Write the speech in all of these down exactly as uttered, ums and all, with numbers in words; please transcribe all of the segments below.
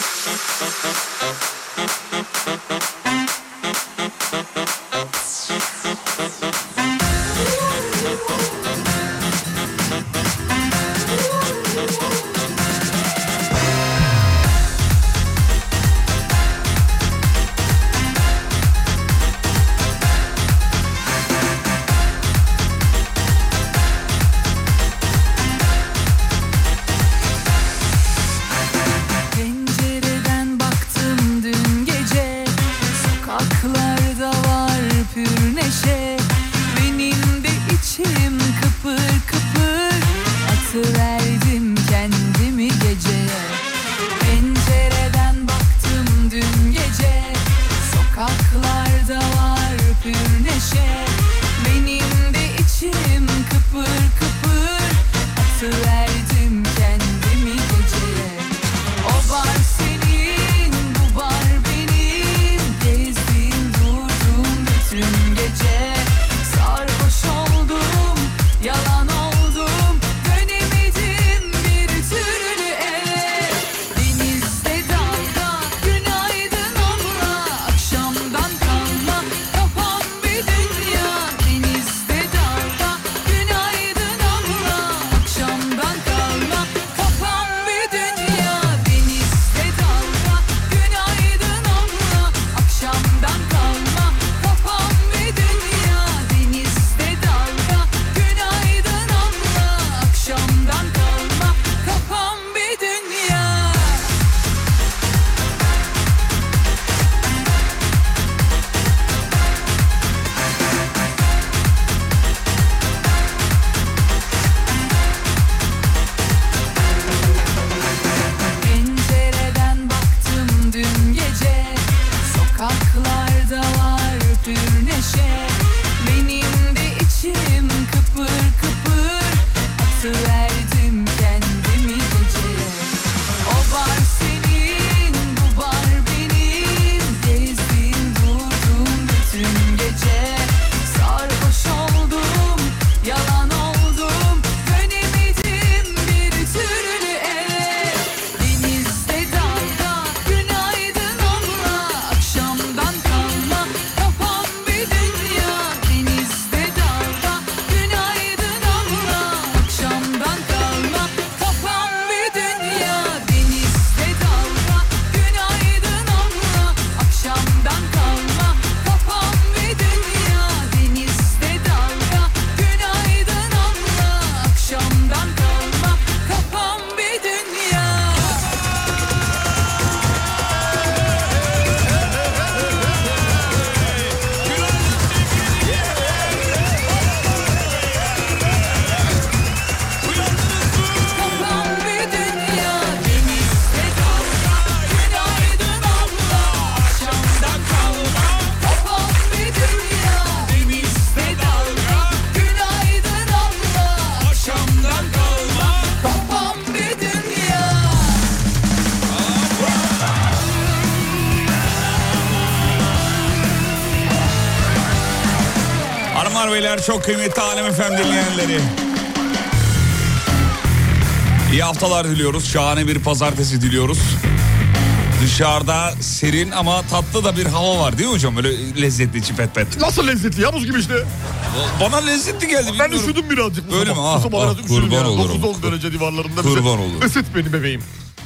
Hanımlar beyler, çok kıymetli Alem F M dinleyenleri, İyi haftalar diliyoruz. Şahane bir pazartesi diliyoruz. Dışarıda serin ama tatlı da bir hava var değil mi hocam? Böyle lezzetli, çipet pet. Nasıl lezzetli ya, buz gibi işte. Bana lezzetli geldi. Ben bilmiyorum. Üşüdüm birazcık. Öyle mi? Ah, ah, kurban olurum. dokuz on derece civarlarında. Kurban olurum. Isıt beni bebeğim.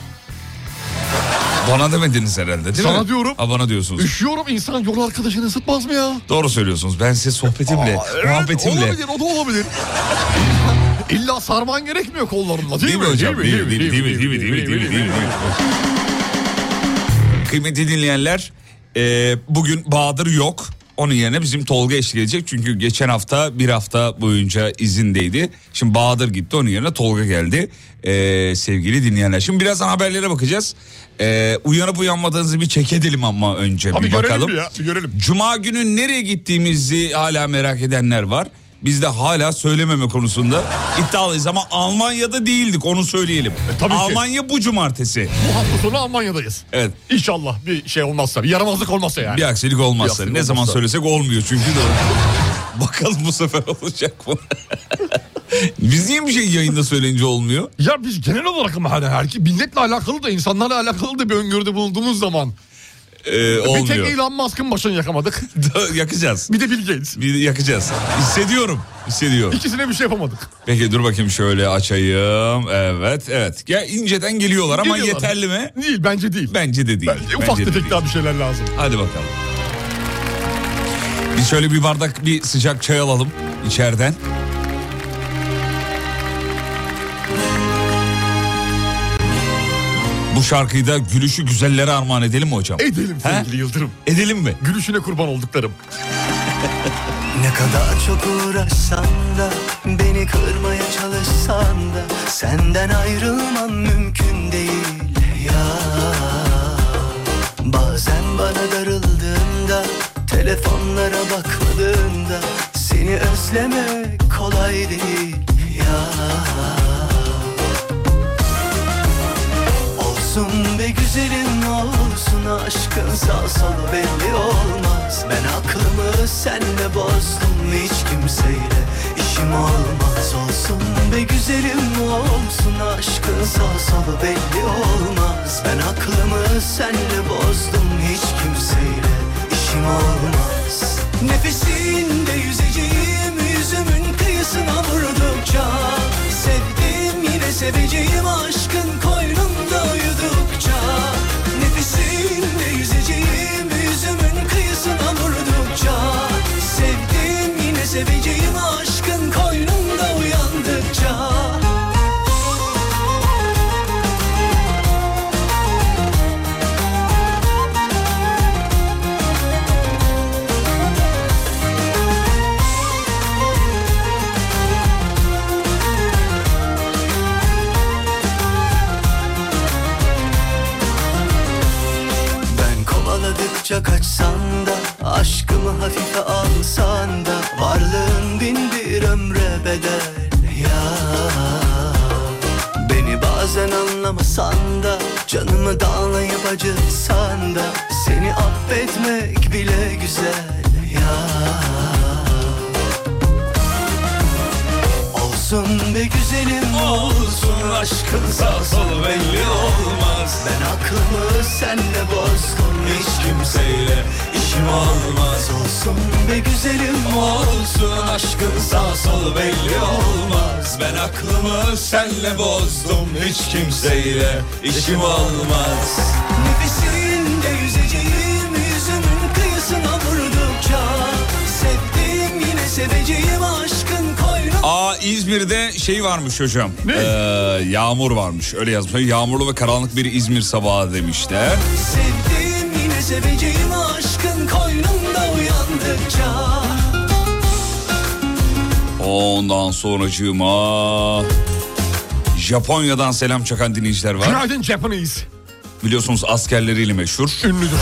Bana demediniz herhalde değil Sana mi? Sana diyorum. Ha, bana diyorsunuz. Üşüyorum, insan yol arkadaşını ısıtmaz mı ya? Doğru söylüyorsunuz. Ben size sohbetimle, Aa, evet, muhabbetimle. Olabilir, o da olabilir. İlla sarman gerekmiyor kollarınla değil, değil mi? Hocam? Değil mi? Değil mi? Değil mi? Değil mi? Değil mi? Değil mi? Değil mi? Kıymetli dinleyenler, e, bugün Bahadır yok. Onun yerine bizim Tolga eşlik edecek. Çünkü geçen hafta bir hafta boyunca izindeydi. Şimdi Bahadır gitti, onun yerine Tolga geldi. Ee, sevgili dinleyenler. Şimdi birazdan haberlere bakacağız. Ee, uyanıp uyanmadığınızı bir check edelim ama önce Abi bir bakalım. Ya, bir görelim. Cuma günü nereye gittiğimizi hala merak edenler var. Biz de hala söylememe konusunda iddialıyız ama Almanya'da değildik, onu söyleyelim. E, tabii Almanya ki. Bu cumartesi. Bu hafta sonu Almanya'dayız. Evet. İnşallah bir şey olmazsa, bir yaramazlık olmazsa yani. Bir aksilik olmazsa. Bir aksilik ne olmazsa. Zaman söylesek olmuyor çünkü de. Bakalım bu sefer olacak mı? Biz niye bir şey yayında söyleyince olmuyor? Ya biz genel olarak ama hani her milletle alakalı da insanlarla alakalı da bir öngörüde bulunduğumuz zaman. Ee, olmuyor. Bir tek Elon Musk'ın başını yakamadık. Yakacağız. Bir de Bill Gates. Bir de yakacağız. Hissediyorum. Hissediyorum. İkisine bir şey yapamadık. Peki dur bakayım şöyle açayım. Evet evet. Ya inceden geliyorlar ama Geliyorlar. yeterli mi? Değil, bence değil. Bence de değil. Bence ufak Bence de tefek değil. daha bir şeyler lazım. Hadi bakalım. Biz şöyle bir bardak bir sıcak çay alalım içeriden. Bu şarkıyı da gülüşü güzellere armağan edelim mi hocam? Edelim sevgili He? Yıldırım. Edelim mi? Gülüşüne kurban olduklarım. Ne kadar çok uğraşsan da, beni kırmaya çalışsan da, senden ayrılmam mümkün değil ya. Bazen bana darıldığında, telefonlara bakmadığında, seni özlemek kolay değil ya. Olsun be güzelim olsun, aşkın sağ solu belli olmaz. Ben aklımı senle bozdum, hiç kimseyle işim olmaz. Olsun be güzelim olsun, aşkın sağ solu belli olmaz. Ben aklımı senle bozdum, hiç kimseyle işim olmaz. Nefesinde yüzeceğim, yüzümün kıyısına vurdukça, sevdim yine seveceğim, aşkın koynunda uyudukça. Nefesinde yüzeceğim, yüzümün kıyısına vurdukça, sevdim yine seveceğim, aşkın koynunda uyandıkça. Kovaladıkça kaçsan da, aşkımı hafife alsan da, varlığın bin bir ömre bedel ya. Beni bazen anlamasan da, canımı dağlayıp acıtsan da, seni affetmek bile güzel ya. Olsun be güzelim olsun, aşkın sağ solu belli olmaz. Ben aklımı senle bozdum, hiç kimseyle işim olmaz. Olsun be güzelim olsun, aşkın sağ solu belli olmaz. Ben aklımı senle bozdum, hiç kimseyle işim olmaz. Nefesinde yüzeceğim, yüzümün kıyısına vurdukça, sevdim yine seveceğim, aşkın koynu. Aa, İzmir'de şey varmış hocam. Ne? Ee, yağmur varmış. Öyle yazmış. Yağmurlu ve karanlık bir İzmir sabahı demişler. Sevdim yine seveceğim, aşkın koynunda uyandıkça. Ondan sonracığıma Japonya'dan selam çakan dinleyiciler var. Günaydın Japanese. Biliyorsunuz askerleriyle meşhur. Ünlüdür.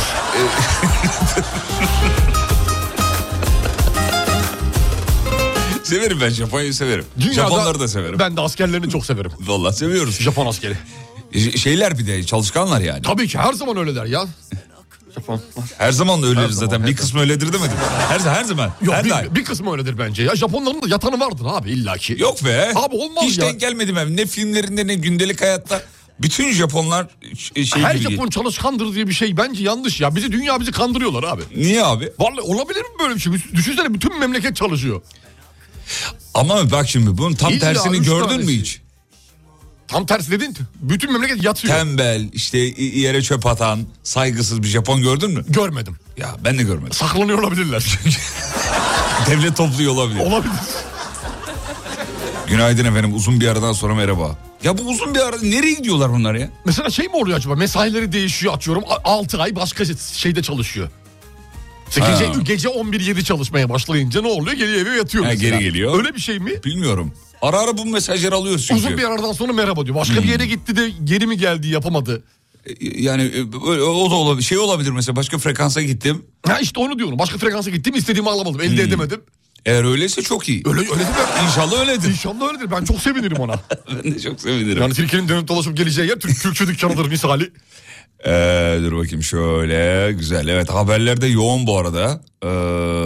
Severim ben Japonya'yı severim. Dünyada, Japonları da severim. Ben de askerlerini çok severim. Vallahi seviyoruz. Japon askeri. Şeyler bir de çalışkanlar yani. Tabii ki her zaman öyleler ya. Japon. Her zaman da öyledir Her zaman, zaten. her Bir kısmı öyledir demedim. Her, her zaman. Yok, her bir, daim. bir kısmı öyledir bence ya. Japonların da yatanı vardır abi illaki. Yok be. Abi olmaz Hiç ya. denk gelmedim ben. Ne filmlerinde ne gündelik hayatta. Bütün Japonlar şey Her gibi. Japon çalışkandır diye bir şey bence yanlış ya. Bizi dünya bizi kandırıyorlar abi. Niye abi? Vallahi olabilir mi böyle bir şey? Düşünsene bütün memleket çalışıyor. Ama bak şimdi bunun tam İlla tersini üç gördün tanesi. mü hiç? Tam tersi dedin. Bütün memleket yatıyor. Tembel, işte yere çöp atan, saygısız bir Japon gördün mü? Görmedim. Ya ben de görmedim. Saklanıyor olabilirler. Devlet topluyor olabilir. Olabilir. Günaydın efendim, uzun bir aradan sonra merhaba. Ya bu uzun bir arada nereye gidiyorlar bunlar ya? Mesela şey mi oluyor acaba? Mesaileri değişiyor, atıyorum. altı ay başka şeyde çalışıyor. İşte gece, gece on bir yedi çalışmaya başlayınca ne oluyor? Geri eve yatıyor Ha, mesela. geri geliyor. Öyle bir şey mi? Bilmiyorum. Ara ara bu mesajları alıyoruz çünkü. Uzun bir aradan sonra merhaba diyor. Başka Hmm. bir yere gitti de geri mi geldi, yapamadı. Yani böyle o da olabilir. Şey olabilir mesela, başka frekansa gittim. Ha işte onu diyorum. Başka frekansa gittim, istediğimi alamadım. Elde Hmm. edemedim. Eğer öyleyse çok iyi. Öyle öyle değil mi? İnşallah öyledir. İnşallah öyledir. Ben çok sevinirim ona. Ben de çok sevinirim. Yani Türkiye'nin dönüp dolaşıp geleceği yer Türk, Türkçü dükkanıdır misali. Ee, dur bakayım şöyle. Güzel. Evet, haberlerde yoğun bu arada. Ee,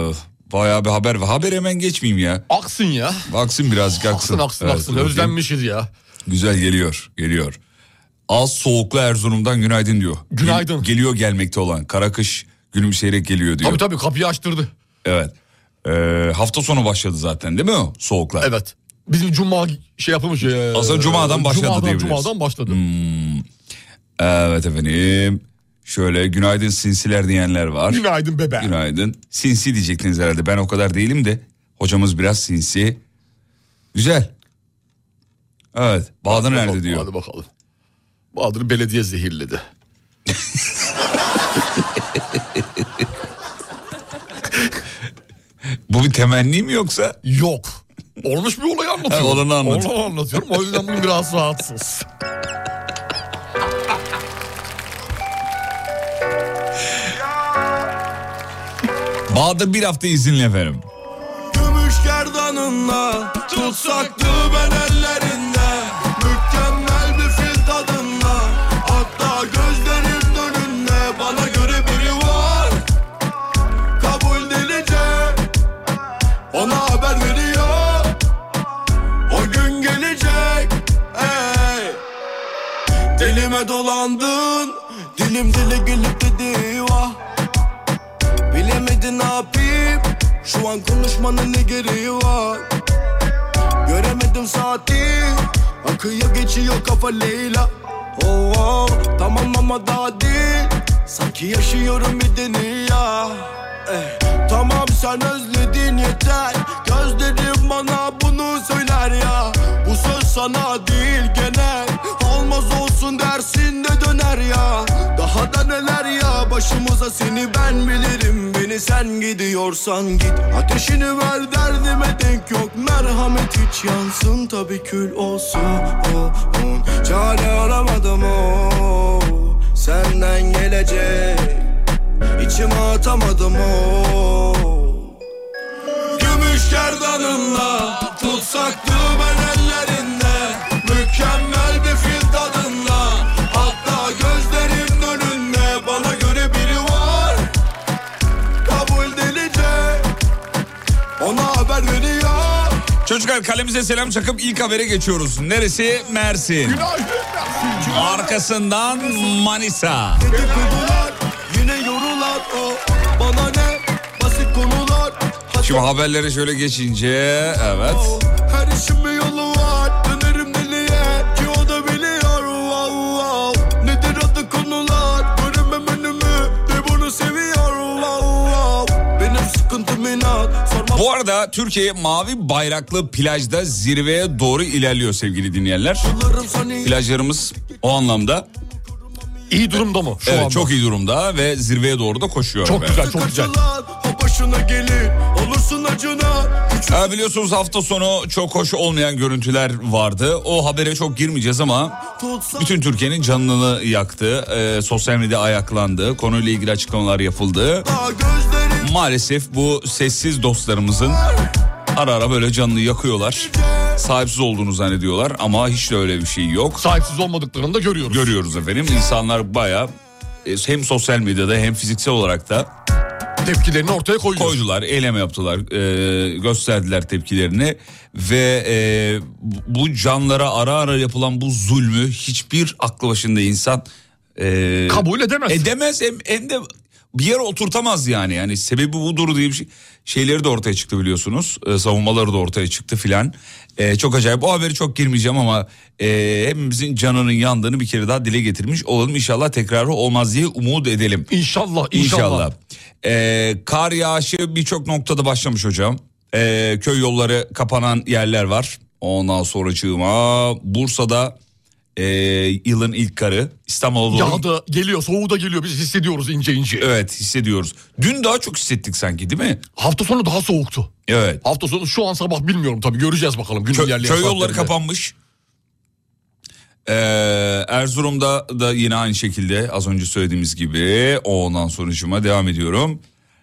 Bayağı bir haber var. Haber hemen geçmeyeyim ya. Aksın ya. Aksın birazcık aksın. Aksın aksın Evet, aksın. bakayım. Özlenmişiz ya. Güzel geliyor geliyor. Az soğuklu Erzurum'dan günaydın diyor. Günaydın. Gel, geliyor gelmekte olan. Kara kış gülümseyerek geliyor diyor. Tabii tabii kapıyı açtırdı. Evet. Ee, hafta sonu başladı zaten değil mi o soğuklar? Evet. Bizim cuma şey yapılmış. E, Aslında cumadan başladı cumadan, diyebiliriz. Cumadan başladı. Hmm. Evet efendim. Şöyle günaydın sinsiler diyenler var. Günaydın bebe. Günaydın. Sinsi diyecektiniz herhalde. Ben o kadar değilim de. Hocamız biraz sinsi. Güzel. Evet. Bahadır nerede bakalım, diyor. Hadi bakalım. Bahadır belediye zehirledi. Bu bir temenni mi yoksa? Yok. Olmuş bir olayı anlatıyorum. Ha, olanı anlat. Olanı anlatıyorum. O yüzden bugün biraz rahatsız. Bahadır bir hafta izinli efendim. Gümüş gerdanınla tutsaktı ben ellerinde, mükemmel bir fil tadında, hatta gözlerim önünde. Bana göre biri var, kabul delice, ona haber veriyor, o gün gelecek. Ey, dilime dolandın, dilim dile gelip dedi vah. Bilemedin ne yapayım, şu an konuşmanın ne gereği var. Göremedim saati, akıyor geçiyor kafa Leyla. Oh, oh, tamam ama daha değil, sanki yaşıyorum bir dünya. eh, Tamam sen özledin yeter, gözlerim bana bunu söyler ya. Bu söz sana değil genel, olmaz olsun dersin de döner ya. Daha da neler ya başımıza, seni ben bilirim. Beni sen gidiyorsan git, ateşini ver derdime denk yok. Merhamet hiç yansın tabii kül olsun. oh, oh. Çare aramadım o oh. Senden gelecek içime atamadım o oh. Gümüş gerdanınla tutsaktı ben ellerinde, mükemmel bir fil tadında, hatta gözlerim önünde. Bana göre biri var, kabul delice, ona haber veriyor. Çocuklar kalemize selam çakıp ilk habere geçiyoruz. Neresi? Mersin. Günaydın Mersin. Arkasından Manisa. Dedikodular yine yorular o, bana ne basit konular. Şimdi haberlere şöyle geçince evet. Her işin bir yolu var, dönerim deliye ki o da biliyor. Wow, wow. Nedir adı konular, göremem önümü de bunu seviyor. Wow, wow. Benim sıkıntım inat, sorma. Bu arada Türkiye mavi bayraklı plajda zirveye doğru ilerliyor sevgili dinleyenler. Plajlarımız o anlamda İyi durumda mı şu evet, anda? çok iyi durumda ve zirveye doğru da koşuyor. Çok efendim. güzel, çok güzel. O başına gelir, olursun acına. Ha, biliyorsunuz hafta sonu çok hoş olmayan görüntüler vardı. O habere çok girmeyeceğiz ama bütün Türkiye'nin canını yaktı. Ee, sosyal medya ayaklandı. Konuyla ilgili açıklamalar yapıldı. Maalesef bu sessiz dostlarımızın ara ara böyle canını yakıyorlar. Sahipsiz olduğunu zannediyorlar ama hiç de öyle bir şey yok. Sahipsiz olmadıklarını da görüyoruz. Görüyoruz efendim. İnsanlar bayağı hem sosyal medyada hem fiziksel olarak da tepkilerini ortaya koyuyor. koydular, eylem yaptılar, e, gösterdiler tepkilerini ve e, bu canlara ara ara yapılan bu zulmü hiçbir aklı başında insan e, kabul edemez. Edemez hem, hem de bir yere oturtamaz yani. Yani sebebi budur diye bir şey. Şeyleri de ortaya çıktı biliyorsunuz. E, savunmaları da ortaya çıktı filan. E, çok acayip. O haberi çok girmeyeceğim ama e, hepimizin canının yandığını bir kere daha dile getirmiş olalım. İnşallah tekrarı olmaz diye umut edelim. İnşallah, inşallah. İnşallah. E, kar yağışı birçok noktada başlamış hocam. E, köy yolları kapanan yerler var. Ondan sonracığıma Bursa'da e, yılın ilk karı. İstanbul'a doğru. Yağda geliyor, soğuğu da geliyor. Biz hissediyoruz ince ince. Evet, hissediyoruz. Dün daha çok hissettik sanki değil mi? Hafta sonu daha soğuktu. Evet. Hafta sonu şu an sabah bilmiyorum tabii, göreceğiz bakalım. Gün Kö- ilerleyen köy yolları saatlerinde. kapanmış. Ee, Erzurum'da da yine aynı şekilde az önce söylediğimiz gibi. Ondan sonucuma devam ediyorum.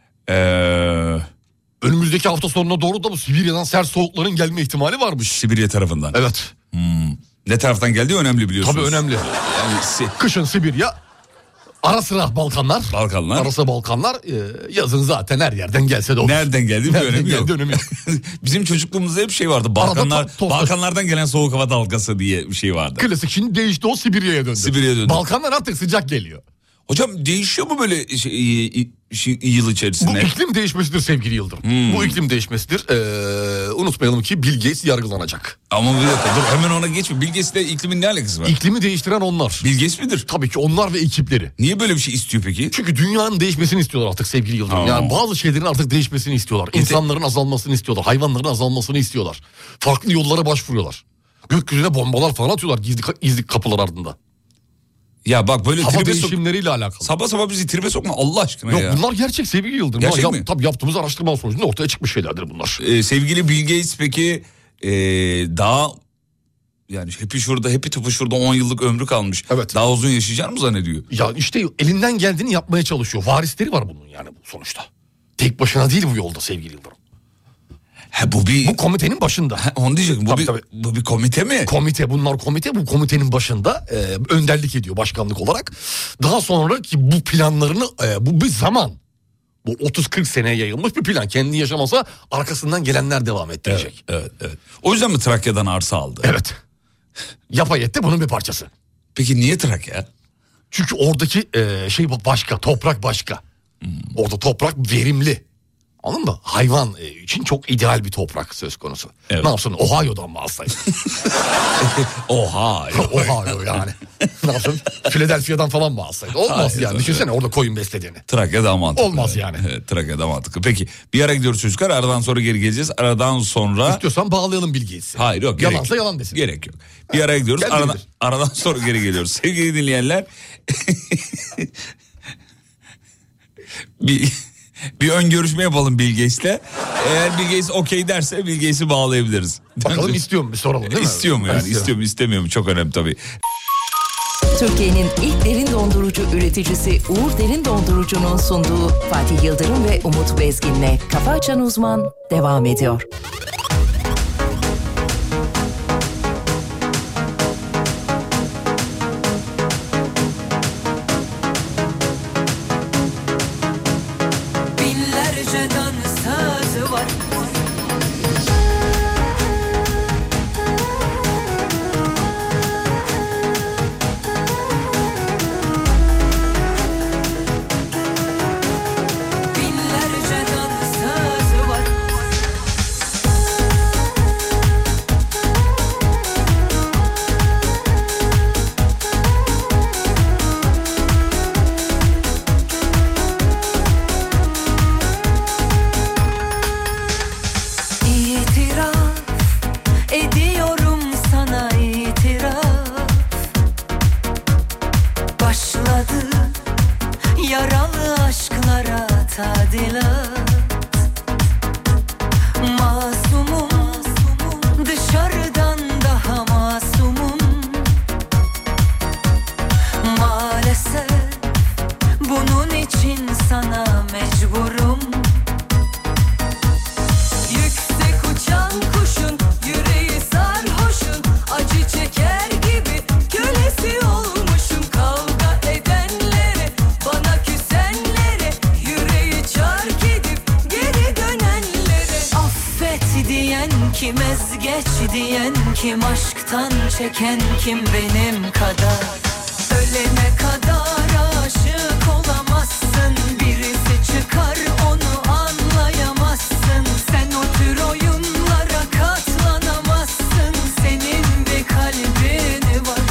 Ee, Önümüzdeki hafta sonuna doğru da bu Sibirya'dan sert soğukların gelme ihtimali varmış. Sibirya tarafından. Evet. Hmm. Ne taraftan geldiği önemli biliyorsunuz. Tabii önemli. Yani si- Kışın Sibirya, Ara sıra Balkanlar. Balkanlar. Ara sıra Balkanlar. E, yazın zaten her yerden gelse de olur. Nereden geldi bir önemi yok. önemi yok. Bizim çocukluğumuzda hep şey vardı. Balkanlar, to- Balkanlardan gelen soğuk hava dalgası diye bir şey vardı. Klasik, şimdi değişti, o Sibirya'ya döndü. Sibirya'ya döndü. Balkanlar artık sıcak geliyor. Hocam değişiyor mu böyle şey, şey, yıl içerisinde? Bu iklim değişmesidir sevgili Yıldırım. Hmm. Bu iklim değişmesidir. Ee, unutmayalım ki Bill Gates yargılanacak. Ama bir dakika dur, hemen ona geçme. Bill Gates'le iklimin ne alakası var? İklimi değiştiren onlar. Bill Gates midir? Tabii ki onlar ve ekipleri. Niye böyle bir şey istiyor peki? Çünkü dünyanın değişmesini istiyorlar artık sevgili Yıldırım. Aa. Yani bazı şeylerin artık değişmesini istiyorlar. İnsanların azalmasını istiyorlar. Hayvanların azalmasını istiyorlar. Farklı yollara başvuruyorlar. Gökyüzüne bombalar falan atıyorlar gizli, gizli kapılar ardında. Ya bak böyle hava tribe değişimleriyle sok- alakalı. Sabah sabah bizi tribe sokma Allah aşkına Yok, ya. bunlar gerçek sevgili Yıldırım. Gerçek Ha, mi? Yap, tabii yaptığımız araştırma sonucunda ortaya çıkmış şeylerdir bunlar. Ee, sevgili Bill Gates peki ee, daha yani Happy şurada Happy Tup'u şurada on yıllık ömrü kalmış. Evet. Daha uzun yaşayacağını mı zannediyor? Ya işte elinden geldiğini yapmaya çalışıyor. Varisleri var bunun yani sonuçta. Tek başına değil bu yolda sevgili Yıldırım. Ha bu bir... Bu komitenin başında. Ha, onu diyecektim. Bu, Tabii, bir, tabii. bu bir komite mi? Komite, bunlar komite, bu komitenin başında e, önderlik ediyor başkanlık olarak. Daha sonra ki bu planlarını e, bu bir zaman. Bu otuz kırk seneye yayılmış bir plan. Kendi yaşamasa arkasından gelenler devam ettirecek. Evet, evet, evet. O yüzden mi Trakya'dan arsa aldı? Evet. Yapayet de bunun bir parçası. Peki niye Trakya? Çünkü oradaki e, şey başka, toprak başka. Hmm. Orada toprak verimli. Anladın mı? Hayvan için çok ideal bir toprak söz konusu. Evet. Ne yapsın? Ohio'dan mı alsaydı? Ohio. Ohio yani. Ne yapsın? Philadelphia'dan falan mı alsaydı? Olmaz Hayır, yani. Düşünsene orada koyun beslediğini. Trakya daha mantıklı. Olmaz yani. Evet, Trakya daha mantıklı. Peki bir ara gidiyoruz çocuklar. Aradan sonra geri geleceğiz. Aradan sonra... İstiyorsan bağlayalım bilgisi. Hayır yok. Yalansa gerek, yalan desin. Gerek yok. Bir ara gidiyoruz. Aradan, bilir. aradan sonra geri geliyoruz. Sevgili dinleyenler. bir... Bir ön görüşme yapalım Bill Gates'le. Eğer Bill Gates okey derse Bill Gates'i bağlayabiliriz. Bakalım istiyor mu? Bir soralım değil mi? İstiyor mu yani? İstiyor. İstiyor mu istemiyor mu? Çok önemli tabii. Türkiye'nin ilk derin dondurucu üreticisi Uğur Derin Dondurucu'nun sunduğu Fatih Yıldırım ve Umut Bezgin'le Kafa Açan Uzman devam ediyor. Çeken kim benim kadar? Ölene kadar aşık olamazsın. Birisi çıkar onu anlayamazsın. Sen o tür oyunlara katlanamazsın. Senin bir kalbin var.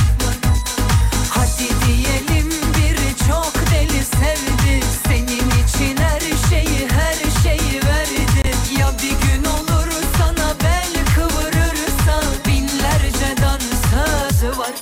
Hadi diyelim biri çok deli sevdi. Senin için her şeyi her şeyi verdi. Ya bir gün olur sana bel kıvırırsa binlerce dansözü var.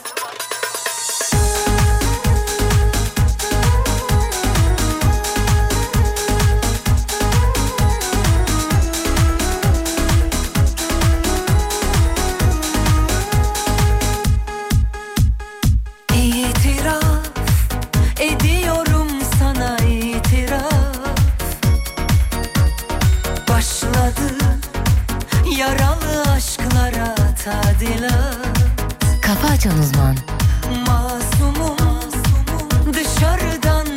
İtiraf ediyorum sana itiraf. Başladı yaralı aşklara tadilat. Kafa Açan Uzman. Masumum dışarıdan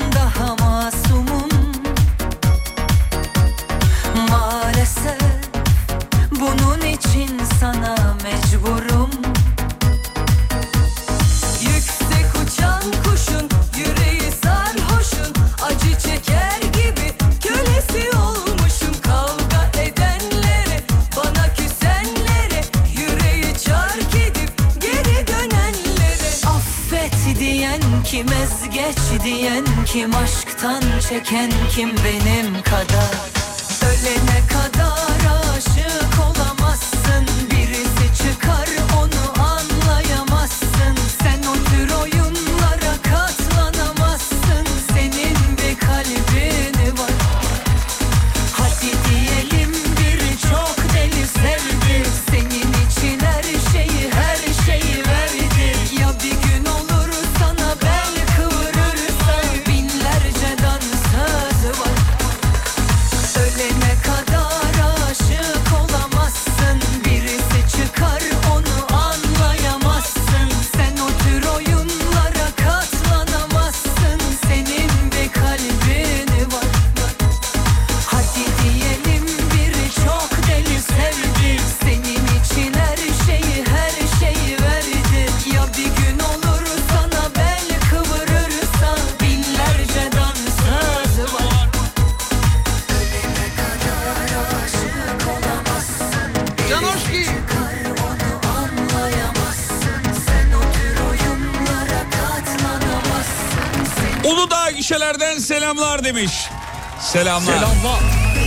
diyen kim, aşktan çeken kim benim kadar? Ölene kadar aşık olamazsın, birisi çıkar onu anlayamazsın. Sen o tür oyunlara katlanamazsın, senin bir kalbin var. Hadi diyelim biri çok deli sevdi, senin için her şeyi her şeyi verdi. Ya bir gün olur sana bel kıvırırsa, binlerce dansöz var. Ölene kadar aşık olamazsın, birisi çıkar onu anlayamazsın. Sen o tür oyunlara katlanamazsın, senin bir kalbin var. Hadi diyelim biri çok deli sevdi, senin için her şeyi her şeyi verdi. Ya bir gün olur sana bel kıvırırsa, binlerce dansöz var. Ölene kadar aşık olamazsın, birisi çıkar onu anlayamazsın. Sen o tür oyunlara katlanamazsın, senin Uludağ gişelerden selamlar demiş. Selamlar. Selamlar.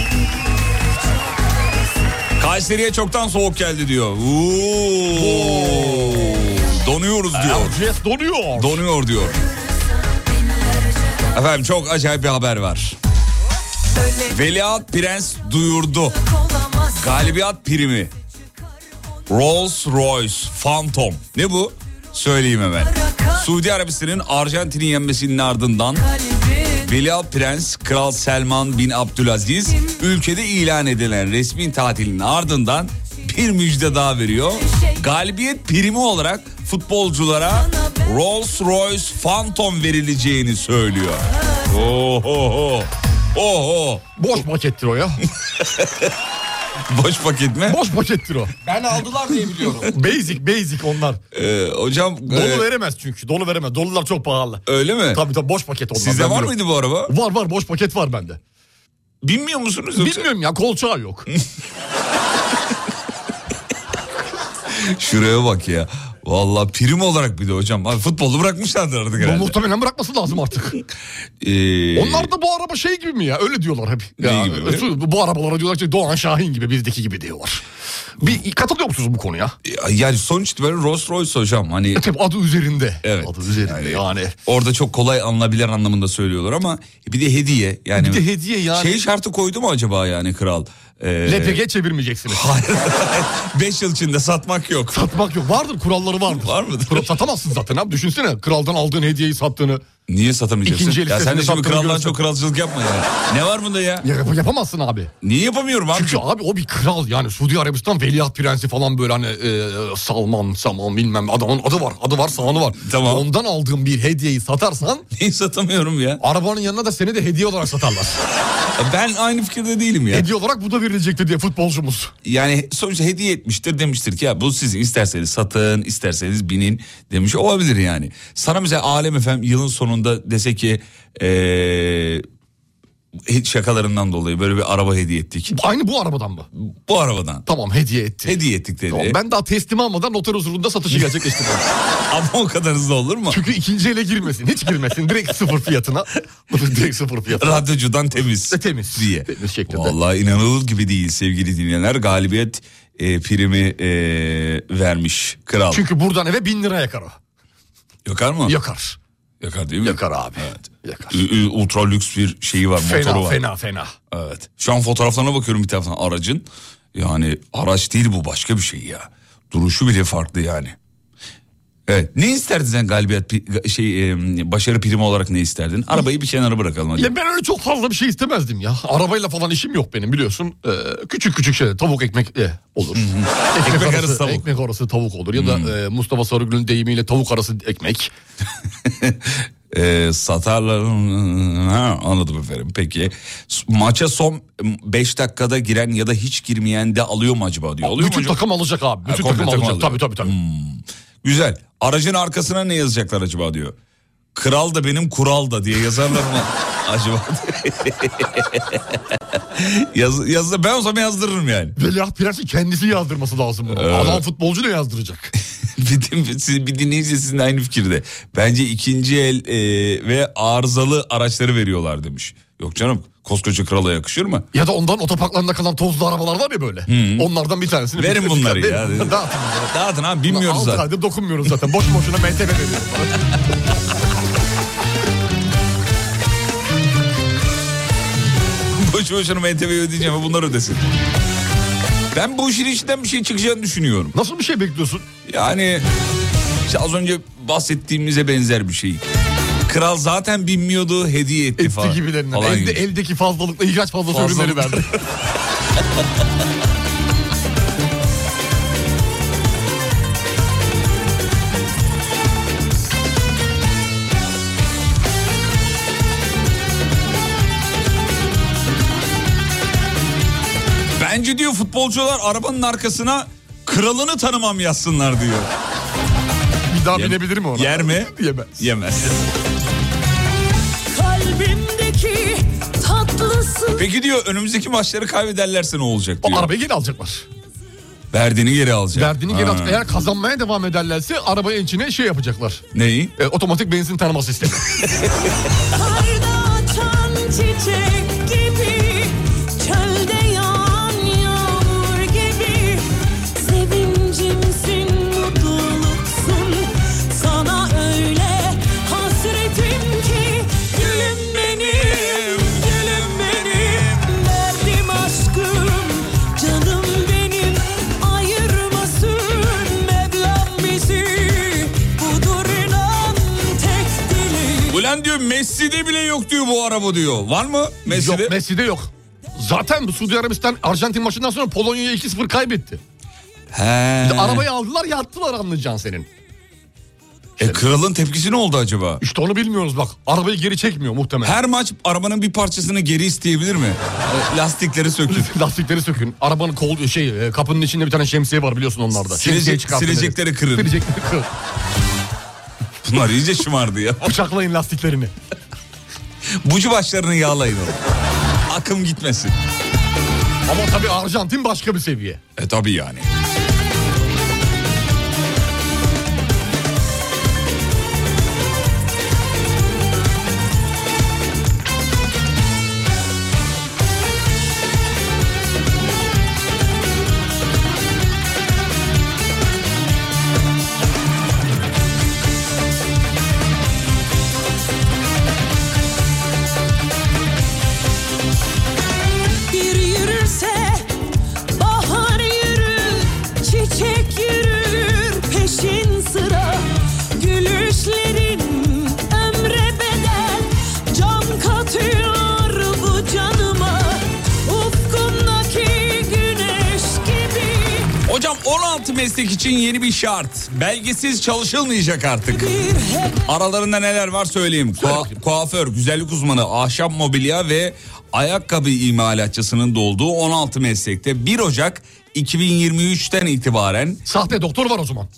Kayseri'ye çoktan soğuk geldi diyor. Oo. Donuyoruz diyor. Erciyes donuyor. Donuyor diyor. Efendim çok acayip bir haber var. Veliaht Prens duyurdu. Galibiyet primi. Rolls Royce Phantom. Ne bu? Söyleyeyim hemen. Suudi Arabistan'ın Arjantin'i yenmesinin ardından Veliaht Prens Kral Selman bin Abdülaziz ülkede ilan edilen resmi tatilin ardından bir müjde daha veriyor. Galibiyet primi olarak futbolculara Rolls Royce Phantom verileceğini söylüyor. Oho. Oho. Boş pakettir o ya. Boş paket mi? Boş pakettir o. Ben aldılar diye biliyorum. Basic basic onlar. Ee, hocam. Dolu e, veremez çünkü. Dolu veremez. Dolular çok pahalı. Öyle mi? Tabii tabii boş paket onlar. Sizde Ben var biliyorum. mıydı bu araba? Var var boş paket var bende. Bilmiyor musunuz yoksa? Bilmiyorum ya kolçağı yok. Şuraya bak ya. Vallahi prim olarak bir de hocam. Abi futbolu bırakmışlardır artık Bu herhalde. muhtemelen bırakması lazım artık. Ee, Onlar da bu araba şey gibi mi ya? Öyle diyorlar hep. Ne Ya, gibi mi? Bu, bu arabalara diyorlar ki Doğan Şahin gibi bizdeki gibi diyorlar. Bir katılıyor musunuz bu konuya? yani sonuç itibariyle Rolls Royce hocam. Hani Tabii adı üzerinde. evet. Adı üzerinde yani. Orada çok kolay anılabilir anlamında söylüyorlar ama bir de hediye. Yani Bir de hediye yani. Şey şartı koydu mu acaba yani kral? Ee, L P G çevirmeyeceksiniz. beş yıl içinde satmak yok. Satmak yok. Vardır kuralları vardır. Var mıdır? Kural, satamazsın zaten abi. Düşünsene kraldan aldığın hediyeyi sattığını. Niye satamayacaksın? İkinci el Ya sen de sitesinde şimdi sattığını kraldan görürsen- çok kralcılık yapma ya. Ne var bunda ya? Ya, yapamazsın abi. Niye yapamıyorum abi? Çünkü abi o bir kral yani Suudi Arabistan veliaht prensi falan böyle hani e, Salman, Salman bilmem adamın adı var. Adı var, sahanı var. Tamam. Ondan aldığın bir hediyeyi satarsan Niye satamıyorum ya? arabanın yanına da seni de hediye olarak satarlar. Ben aynı fikirde değilim ya. Hediye olarak bu da verilecekti diye futbolcumuz. Yani sonuçta hediye etmiştir, demiştir ki ya bu sizin, isterseniz satın, isterseniz binin demiş olabilir yani. Sana mesela Alem Efem yılın sonunda dese ki ee, şakalarından dolayı böyle bir araba hediye ettik. Aynı bu arabadan mı? Bu arabadan Tamam hediye etti. hediye ettik dedi. Tamam, ben daha teslim almadan noter huzurunda satışı gerçekleştirdim. Ama o kadar hızlı olur mu? Çünkü ikinci ele girmesin. Hiç girmesin. Direkt sıfır fiyatına. Direkt sıfır fiyatına. Radyocudan temiz. E, temiz. Diye. Temiz şeklinde. Vallahi inanılır gibi değil sevgili dinleyenler. Galibiyet e, primi e, vermiş kral. Çünkü buradan eve bin lira yakar o. Yakar mı? Yakar. Yakar değil mi? Yakar abi. Evet. Yakar. Ü- ü- Ultra lüks bir şeyi var, motoru Fena var. fena fena. Evet. Şu an fotoğraflarına bakıyorum bir taraftan aracın. Yani araç değil bu, başka bir şey ya. Duruşu bile farklı yani. Evet. Ne isterdin sen galibiyet pi- şey e, başarı primi olarak ne isterdin? Arabayı bir kenara bırakalım hadi. Ya ben öyle çok fazla bir şey istemezdim ya. Arabayla falan işim yok benim biliyorsun. Ee, küçük küçük şeyler. Tavuk ekmek e, olur. ekmek, Ekmek arası, arası tavuk. Ekmek arası tavuk olur. Ya da e, Mustafa Sarıgül'ün deyimiyle tavuk arası ekmek. e, satarlar. Ha, anladım efendim. Peki. Maça son beş dakikada giren ya da hiç girmeyen de alıyor mu acaba diyor. Alıyor mu Bütün acaba? takım alacak abi. Bütün komple takım takım alacak. alıyor. Tabii tabii tabii. Güzel. Aracın arkasına ne yazacaklar acaba diyor. Kral da benim kural da diye yazarlar mı acaba? Yaz, yazdı, ben o zaman yazdırırım yani. Veliaht Prens'i kendisi yazdırması lazım bunu. Evet. Adam futbolcu da yazdıracak. bir, siz, bir dinleyici sizinle aynı fikirde. Bence ikinci el e, ve arızalı araçları veriyorlar demiş. Yok canım, koskoca krala yakışır mı? Ya da ondan otoparklarında kalan tozlu arabalar var ya böyle. Hmm. Onlardan bir tanesini... Verin bir bunları ya. Dağıtın bunları. Dağıtın abi, bilmiyoruz zaten. altı aydır dokunmuyoruz zaten. Boş boşuna M T B veriyoruz. Boş boşuna M T B'yi ödeyeceğim ve bunlar ödesin. Ben bu işin içinden bir şey çıkacağını düşünüyorum. Nasıl bir şey bekliyorsun? Yani işte az önce bahsettiğimize benzer bir şey. Kral zaten binmiyordu, hediye etti, etti falan. gibilerinden. falan Evde, gibi. evdeki fazlalıkla ihraç fazlası ürünleri verdi. Bence diyor futbolcular arabanın arkasına kralını tanımam yazsınlar diyor. Bir daha Yem, binebilir mi ona? Yer mi? Yemez. Yemez. Kalbimdeki tatlısın. Peki diyor, önümüzdeki maçları kaybederlerse ne olacak diyor. O arabayı geri alacaklar. Verdiğini geri alacak. Verdiğini geri alacak. Eğer kazanmaya devam ederlerse arabanın içine şey yapacaklar. Neyi? E, otomatik benzin tanıma sistemi. Karda açan çiçek gibi, çölde yağan yağmur gibi. Sevincimsin, mutluluksun. Sana öyle hasretim ki. Gülüm benim, gülüm benim. Derdim aşkım, canım benim. Ayırmasın Mevlam bizi. Budur inan tek dileğim. Ulan diyor, Messi'de bile yok diyor bu araba diyor. Var mı Messi'de? Yok, Messi'de yok. Zaten bu Suudi Arabistan Arjantin maçından sonra Polonya'ya iki sıfır kaybetti. He. Bir de arabayı aldılar, yattılar anlayacaksın senin. E kralın tepkisi ne oldu acaba? İşte onu bilmiyoruz bak. Arabayı geri çekmiyor muhtemelen. Her maç arabanın bir parçasını geri isteyebilir mi? E, Lastikleri sökün. Lastikleri sökün. Arabanın kol şey kapının içinde bir tane şemsiye var biliyorsun onlarda. Silecek, silecekleri kırın. Silecekleri kırın. Bunlar iyice şımardı ya. Bıçaklayın lastiklerini. Bucu başlarını yağlayın oğlum. Akım gitmesin. Ama tabii Arjantin başka bir seviye. E tabii yani. Bir yürürse bahar yürür, çiçek yürür peşin sıra. Gülüşlerin ömre bedel, can katıyor bu canıma. Ufkumdaki güneş gibi. Hocam on altı meslek için yeni bir şart. Belgesiz çalışılmayacak artık. Bir hep Aralarında neler var söyleyeyim. Kua- kuaför, güzellik uzmanı, ahşap mobilya ve ayakkabı imalatçısının da olduğu on altı meslekte bir Ocak iki bin yirmi üçten itibaren... Sahte doktor var o zaman.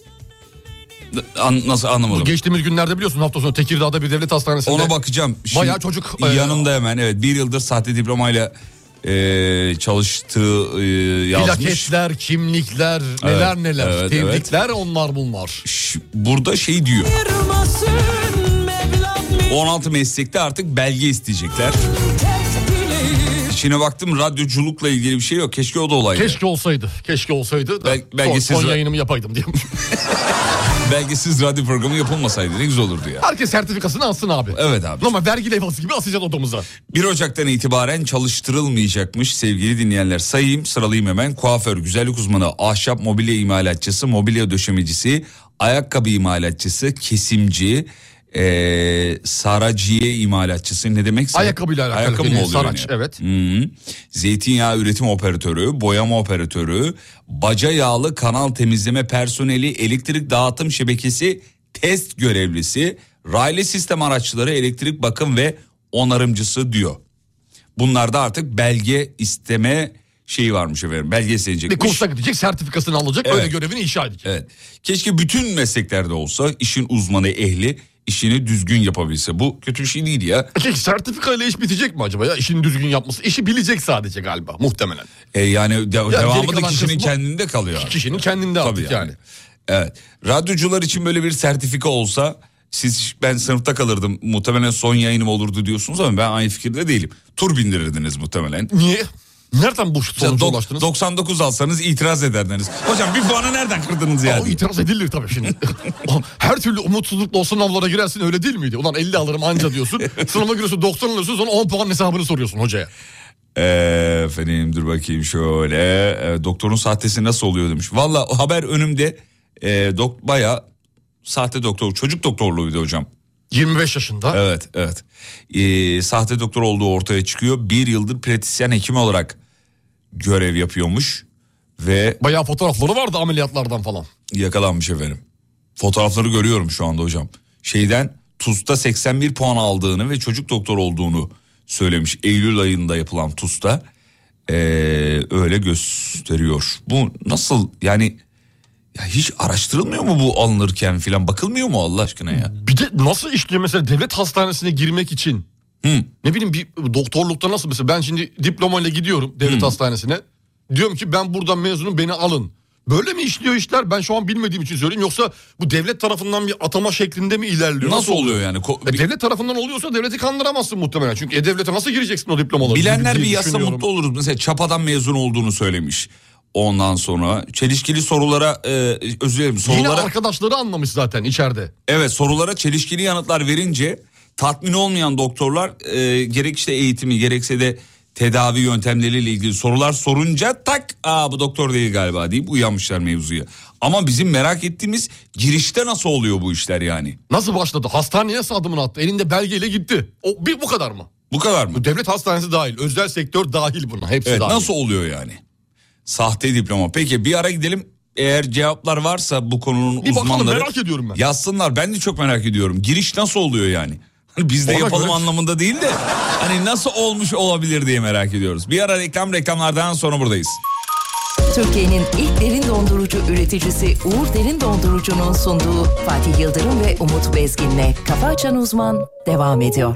An, nasıl anlamadım? Geçtiğimiz günlerde biliyorsun hafta sonu Tekirdağ'da bir devlet hastanesinde. Ona bakacağım. Şimdi bayağı çocuk. Yanımda hemen, evet, bir yıldır sahte diplomayla e, çalıştığı e, yazmış. Plaketler, kimlikler, neler neler. evet, Tebrikler onlar bunlar. Ş- Burada şey diyor. ayırmasın Mevlam bizi. on altı meslekte artık belge isteyecekler. Tek dileğim. Şimdi baktım, radyoculukla ilgili bir şey yok. Keşke o da olaydı. Keşke olsaydı. Keşke olsaydı. Da Bel- belgesiz son, son ra- yayınımı yapaydım diye. Belgesiz radyo programı yapılmasaydı ne güzel olurdu ya. Herkes sertifikasını alsın abi. Evet abi. Ama vergi levhası gibi asacağız odamıza. bir Ocak'tan itibaren çalıştırılmayacakmış sevgili dinleyenler. Sayayım, sıralayayım hemen. Kuaför, güzellik uzmanı, ahşap mobilya imalatçısı, mobilya döşemecisi, ayakkabı imalatçısı, kesimci, ee, saraciye imalatçısı. Ne demekse? Ayakkabıyla alakalı. Ayakkabı mı gene, oluyor Saraç, yani? evet. Hı-hı. Zeytinyağı üretim operatörü, boyama operatörü, baca yağlı kanal temizleme personeli, elektrik dağıtım şebekesi test görevlisi, raylı sistem araçları, elektrik bakım ve onarımcısı diyor. Bunlarda artık belge isteme şeyi varmış efendim. Belge Bir istenecekmiş. kursa gidecek, sertifikasını alacak, Evet. öyle görevini inşa edecek. Evet. Keşke bütün mesleklerde olsa, işin uzmanı, ehli işini düzgün yapabilse. Bu kötü bir şey değil ya. Peki sertifikayla iş bitecek mi acaba ya? İşini düzgün yapması. İşi bilecek sadece galiba muhtemelen. E yani de- geri devamı da kalan kişinin kısmı- kendinde kalıyor. Kişinin kendinde Tabii artık yani. yani. Evet. Radyocular için böyle bir sertifika olsa siz ben sınıfta kalırdım. Muhtemelen son yayınım olurdu diyorsunuz ama ben aynı fikirde değilim. Tur bindirirdiniz muhtemelen. Niye? Nereden bu sonuca Do- ulaştınız? doksan dokuz alsanız itiraz ederdiniz. Hocam bir puanı nereden kırdınız yani? O itiraz edilir tabii şimdi. Her türlü umutsuzlukla o sınavlara girersin, öyle değil miydi? Ulan elli alırım anca diyorsun. Sınava giriyorsun doksan alıyorsun, sonra on puan hesabını soruyorsun hocaya. Ee, efendim dur bakayım şöyle. Ee, doktorun sahtesi nasıl oluyor demiş. Valla haber önümde e, dok baya sahte doktor, çocuk doktorluğuydu hocam. yirmi beş yaşında. Evet evet. Ee, sahte doktor olduğu ortaya çıkıyor. Bir yıldır pratisyen hekim olarak görev yapıyormuş ve Bayağı fotoğrafları vardı ameliyatlardan falan. yakalanmış efendim. Fotoğrafları görüyorum şu anda hocam. Şeyden TUS'ta seksen bir puan aldığını ve çocuk doktor olduğunu söylemiş. Eylül ayında yapılan TUS'ta ee, öyle gösteriyor. Bu nasıl yani, ya hiç araştırılmıyor mu bu alınırken filan, bakılmıyor mu Allah aşkına ya? Bir de nasıl işliyor mesela devlet hastanesine girmek için? Hı. Ne bileyim bir doktorlukta nasıl mesela, ben şimdi diplomayla gidiyorum devlet Hı. hastanesine. Diyorum ki ben buradan mezunum, beni alın. Böyle mi işliyor işler? Ben şu an bilmediğim için söyleyeyim. Yoksa bu devlet tarafından bir atama şeklinde mi ilerliyor? Nasıl oluyor yani? Ko- E, devlet tarafından oluyorsa devleti kandıramazsın muhtemelen. Çünkü e-devlete nasıl gireceksin o diplomaları? Bilenler diye bir yazsa düşünüyorum. mutlu oluruz. Mesela Çapa'dan mezun olduğunu söylemiş. Ondan sonra çelişkili sorulara e, özür dilerim Yine sorulara arkadaşları anlamış zaten içeride. evet sorulara çelişkili yanıtlar verince tatmin olmayan doktorlar e, gerek işte eğitimi gerekse de tedavi yöntemleriyle ilgili sorular sorunca tak aa bu doktor değil galiba deyip uyanmışlar mevzuya. Ama bizim merak ettiğimiz girişte nasıl oluyor bu işler yani? Nasıl başladı? Hastaneye nasıl adımını attı? Elinde belgeyle gitti. O bir bu kadar mı? Bu kadar mı? Bu devlet hastanesi dahil, özel sektör dahil buna. Hepsi Evet, dahil. nasıl oluyor yani? Sahte diploma. Peki bir ara gidelim. Eğer cevaplar varsa bu konunun Bir bakalım, uzmanları merak ediyorum ben. yazsınlar. Ben de çok merak ediyorum. Giriş nasıl oluyor yani? Hani biz de Ona yapalım göre- anlamında değil de hani nasıl olmuş olabilir diye merak ediyoruz. Bir ara reklam reklamlardan sonra buradayız. Türkiye'nin ilk derin dondurucu üreticisi Uğur Derin Dondurucu'nun sunduğu Fatih Yıldırım ve Umut Bezgin'le Kafa Açan Uzman devam ediyor.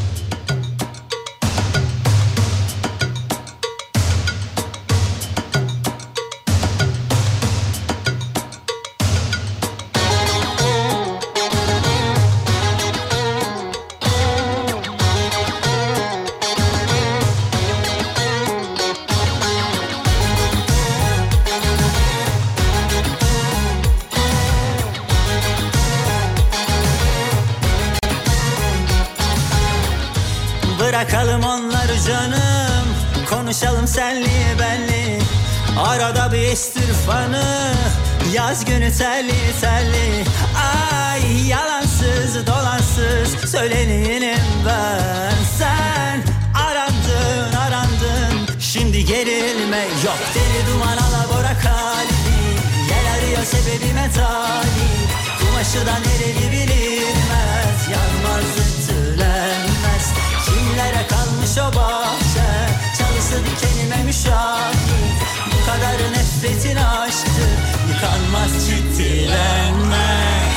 Bırakalım onları canım, konuşalım senli benli. Arada bir estir fanı, yaz günü telli telli. Ay yalansız dolansız söyleneyim ben. Sen arandın arandın, şimdi gerilme yok. Deli duman alabora kalbi, gel arıyor sebebime talip. Kumaşı da nereli bilinmez, yanmaz ütülenmez. Kimlere kalmış o bahçe, çalısı dikenime müşahit. Bu kadar nefretin aşktı, yıkanmaz ciddilenmez.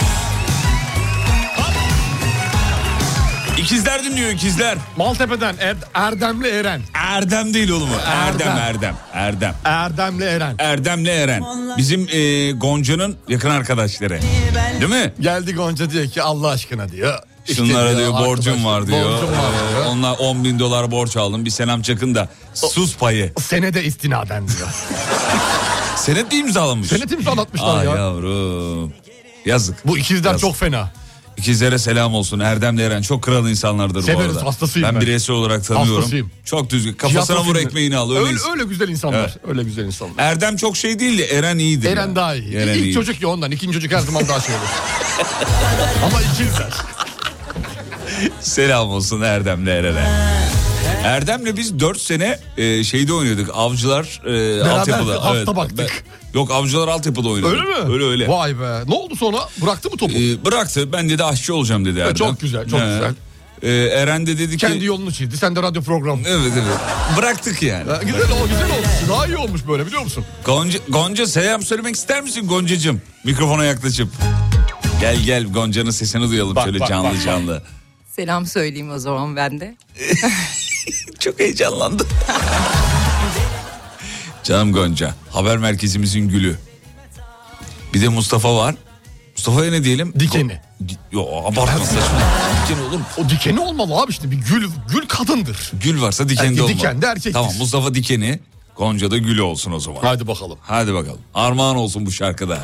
İkizler dinliyor ikizler. Maltepe'den er, Erdemli Eren. Erdem değil oğlum o. Erdem Erdem. Erdem Erdem. Erdemli Eren. Erdem'le Eren. Bizim e, Gonca'nın yakın arkadaşları. Değil mi? Geldi Gonca diyor ki Allah aşkına diyor. İşte Şunlara diyor arkadaş, borcum var diyor. Borcum var Ee, diyor. onlar on bin dolar borç aldım. Bir selam çakın da sus payı. Senede istinaden diyor. Senet de imzalamış. Senet imzalatmışlar Ay ya. yavrum. Yazık. Bu ikizler Yazık. çok fena. İkizlere selam olsun. Erdem'le Eren çok kral insanlardır Severiz, bu arada. hastasıyım ben. ben. bireysel olarak tanıyorum. Hastasıyım. Çok düzgün. Kafasına Tiyatro vur filmi. ekmeğini al. Öyle, Öyleyiz. öyle güzel insanlar. Evet. Öyle güzel insanlar. Erdem çok şey değildi. Eren iyidir. Eren ya. daha iyi. Eren İlk iyi. çocuk ya ondan. İkinci çocuk her zaman daha şey olur. Ama ikizler. Selam olsun Erdem'le Eren'e. Erdem'le biz dört sene e, şeyde oynuyorduk. Avcılar e, altyapıda. hafta baktık. Ben- yok Avcılar altyapıda oynadık. Öyle mi? Öyle öyle. Vay be. Ne oldu sonra? Bıraktı mı topu? E, bıraktı. Ben dedi aşçı olacağım dedi Erdem. çok güzel, çok güzel. E, Eren de dedi ki. Kendi yolunu çizdi. Sen de radyo programı. Evet evet. Bıraktık yani. Ha, güzel o güzel olmuş. Daha iyi olmuş böyle, biliyor musun? Gonca, Gonca selam söylemek ister misin Goncacığım? Mikrofona yaklaşıp. Gel gel Gonca'nın sesini duyalım Bak, şöyle bak, canlı bak, bak. canlı. Selam söyleyeyim o zaman ben de. Çok heyecanlandım. Canım Gonca, haber merkezimizin gülü. Bir de Mustafa var. Mustafa'ya ne diyelim? Dikeni. Yo abartma saçma. Dikeni olur mu? O dikeni olmalı abi işte bir gül gül kadındır. Gül varsa dikeni de Erkek, olmalı. diken de erkektir. Tamam Mustafa Dikeni, Gonca da Gülü olsun o zaman. Hadi bakalım. Hadi bakalım. Armağan olsun bu şarkıda.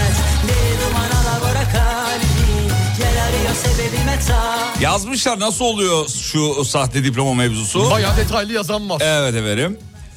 Yazmışlar nasıl oluyor şu sahte diploma mevzusu? Bayağı detaylı yazan var. Evet efendim.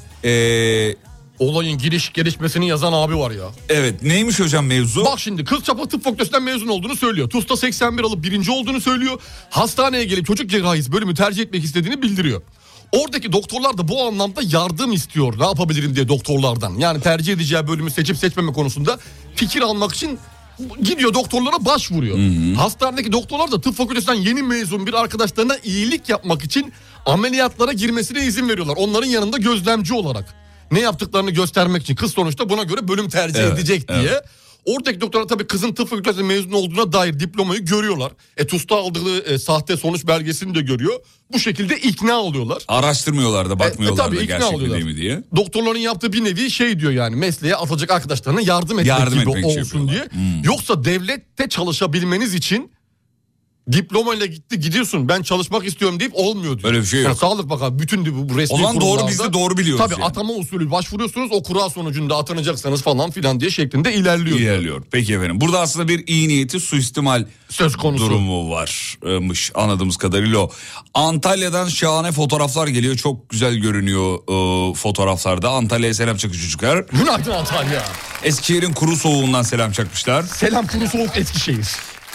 Ee, Olayın giriş gelişmesini yazan abi var ya. evet neymiş hocam mevzu? Bak şimdi Kızçapa Tıp Fakültesinden mezun olduğunu söylüyor. TUS'ta seksen bir alıp birinci olduğunu söylüyor. Hastaneye gelip çocuk cerrahisi bölümü tercih etmek istediğini bildiriyor. Oradaki doktorlar da bu anlamda yardım istiyor. Ne yapabilirim diye doktorlardan. Yani tercih edeceği bölümü seçip seçmeme konusunda fikir almak için gidiyor doktorlara başvuruyor. Hı hı. Hastanedeki doktorlar da tıp fakültesinden yeni mezun bir arkadaşlarına iyilik yapmak için ameliyatlara girmesine izin veriyorlar. Onların yanında gözlemci olarak. Ne yaptıklarını göstermek için. Kız sonuçta buna göre bölüm tercih evet, edecek diye. Evet. Oradaki doktorlar tabii kızın tıp fakültesinden mezun olduğuna dair diplomayı görüyorlar. E TUS'ta aldığı e, sahte sonuç belgesini de görüyor. Bu şekilde ikna oluyorlar. Araştırmıyorlar da bakmıyorlar e, e, da gerçek mi değil mi diye. Doktorların yaptığı bir nevi şey diyor yani mesleğe atılacak arkadaşlarına yardım etmek yardım gibi etmek olsun diye. Hmm. Yoksa devlette çalışabilmeniz için diplomayla gitti gidiyorsun ben çalışmak istiyorum deyip olmuyor diyor. Öyle bir şey yok. Yani Sağlık Bakanı bütün bu resmi kurumlarda. O zaman doğru biz de doğru biliyoruz. Tabii yani. Atama usulü başvuruyorsunuz o kura sonucunda atanacaksanız falan filan diye şeklinde ilerliyor. İlerliyor. Diyor. Peki efendim burada aslında bir iyi niyeti suistimal söz konusu durumu varmış anladığımız kadarıyla o. Antalya'dan şahane fotoğraflar geliyor. Çok güzel görünüyor e, fotoğraflarda. Antalya'ya selam çakıyor çocuklar. Günaydın Antalya. Eskişehir'in kuru soğuğundan selam çakmışlar. Selam kuru soğuk Eskişehir.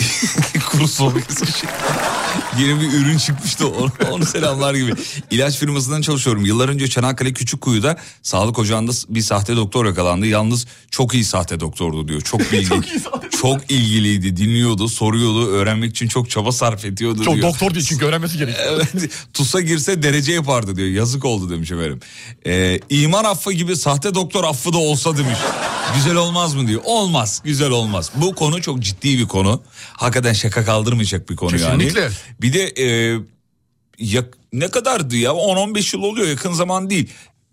Kuru soğuk Eskişehir. Yeni bir ürün çıkmıştı onu, onu selamlar gibi. İlaç firmasından çalışıyorum. Yıllar önce Çanakkale Küçükkuyu'da sağlık ocağında bir sahte doktor yakalandı. Yalnız çok iyi sahte doktordu diyor. Çok bilgi, çok, çok ilgiliydi, dinliyordu, soruyordu, öğrenmek için çok çaba sarf ediyordu çok diyor. Çok doktor değil çünkü öğrenmesi gerekiyor. Evet, TUS'a girse derece yapardı diyor. Yazık oldu demiş efendim. Ee, iman affı gibi sahte doktor affı da olsa demiş. Güzel olmaz mı diyor. Olmaz, güzel olmaz. Bu konu çok ciddi bir konu. Hakikaten şaka kaldırmayacak bir konu. Kesinlikle. Yani. Bir de e, ya, ne kadardı ya on on beş yıl oluyor yakın zaman değil.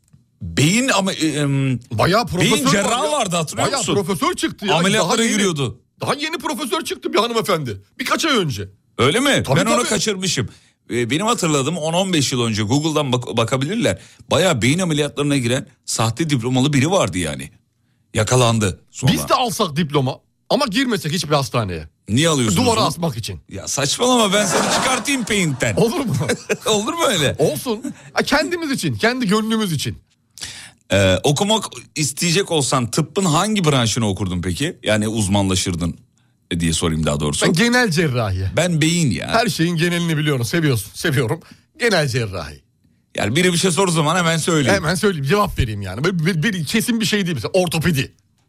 Beyin ama e, bayağı profesör beyin cerrahı var vardı hatırlıyor bayağı musun? Profesör çıktı ya. Ameliyatlara daha giriyordu. Yeni, daha yeni profesör çıktı bir hanımefendi. Birkaç ay önce. Öyle mi? Tabii, ben tabii. onu kaçırmışım. Benim hatırladığım on on beş yıl önce Google'dan bak- bakabilirler. Bayağı beyin ameliyatlarına giren sahte diplomalı biri vardı yani. Yakalandı sonra. Biz de alsak diploma ama girmesek hiçbir hastaneye. Niye alıyorsunuz? Duvara onu? asmak için. Ya saçmalama ben seni çıkartayım Paint'ten. Olur mu? Olur mu öyle? Olsun. Ha, kendimiz için, kendi gönlümüz için. Ee, okumak isteyecek olsan tıbbın hangi branşını okurdun peki? Yani uzmanlaşırdın diye sorayım daha doğrusu. Ben genel cerrahi. Ben beyin ya. Her şeyin genelini biliyorum, seviyorsun, seviyorum. Genel cerrahi. Yani biri bir şey sorduğu zaman hemen söyleyeyim. Hemen söyleyeyim, cevap vereyim yani. Bir, bir, bir kesin bir şey değil mesela ortopedi.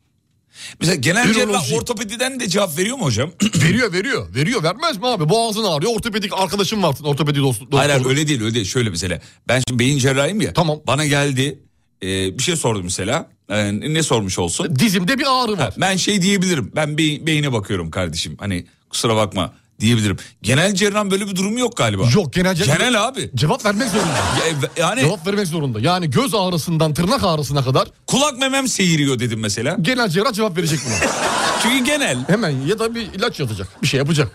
Mesela genel cerrah Üroloji. ortopediden de cevap veriyor mu hocam? veriyor veriyor veriyor vermez mi abi? Boğazın ağrıyor, ortopedik arkadaşım var, ortopedi dostu. dostu. Hayır hayır öyle değil öyle değil. Şöyle mesela ben şimdi beyin cerrahiyim ya. Tamam. Bana geldi e, bir şey sordu mesela. E, ne sormuş olsun? Dizimde bir ağrı var. Ha, ben şey diyebilirim. Ben be- beyine bakıyorum kardeşim. Hani kusura bakma diyebilirim. Genel cerrahın böyle bir durumu yok galiba. Yok genel cerrah. Genel abi. Cevap vermek zorunda. Ya, yani Cevap vermek zorunda. Yani göz ağrısından tırnak ağrısına kadar. Kulak memem seyiriyor dedim mesela. Genel cerrah cevap verecek buna. Çünkü genel. Hemen ya da bir ilaç yazacak. Bir şey yapacak.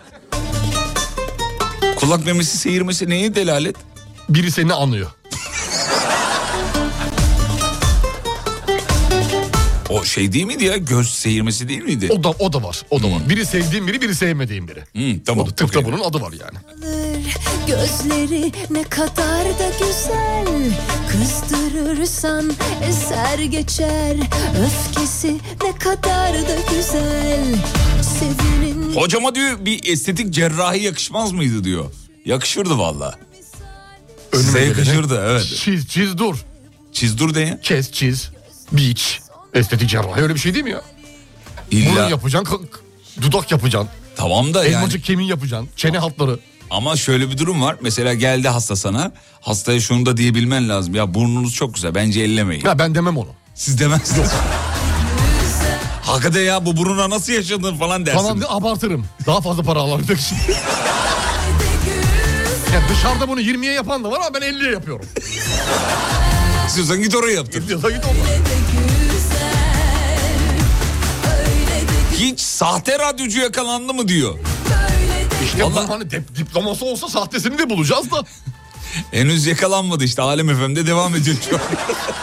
Kulak memesi seyirmesi neye delalet? Biri seni anıyor. O şey değil miydi ya? Göz seyirmesi değil miydi? O da o da var. O da hmm. var. Biri sevdiğim biri, biri sevmediğim biri. Hmm, tamam. O da, tıpta okay. bunun adı var yani. Gözleri ne kadar da güzel, kızdırırsan eser geçer. Öfkesi ne kadar da güzel, sevinin. Hocama diyor bir estetik cerrahi yakışmaz mıydı diyor. Yakışırdı valla. Size yakışırdı evet. Çiz çiz dur. Çiz dur de ya. Kes çiz. Biç. Estetik cerrahi öyle bir şey değil mi ya? İlla... Burun yapacaksın, dudak yapacaksın. Tamam da elmacık yani. kemiği yapacaksın, çene hatları. Ama şöyle bir durum var. Mesela geldi hasta sana. Hastaya şunu da diyebilmen lazım. Ya burnunuz çok güzel bence ellemeyin. Ya ben demem onu. Siz demezsiniz. Hakikaten ya bu buruna nasıl yaşadın falan dersiniz. Falan diye abartırım. Daha fazla para alabilmek için. Ya dışarıda bunu yirmiye yapan da var ama ben elliye yapıyorum. İstiyorsan git oraya yaptır. İstiyorsan git oraya. Hiç sahte radyocu yakalandı mı diyor. İşte Vallahi- bu hani dip- diploması olsa sahtesini de bulacağız da. Henüz yakalanmadı işte. Alem F M'de devam ediyor şu an.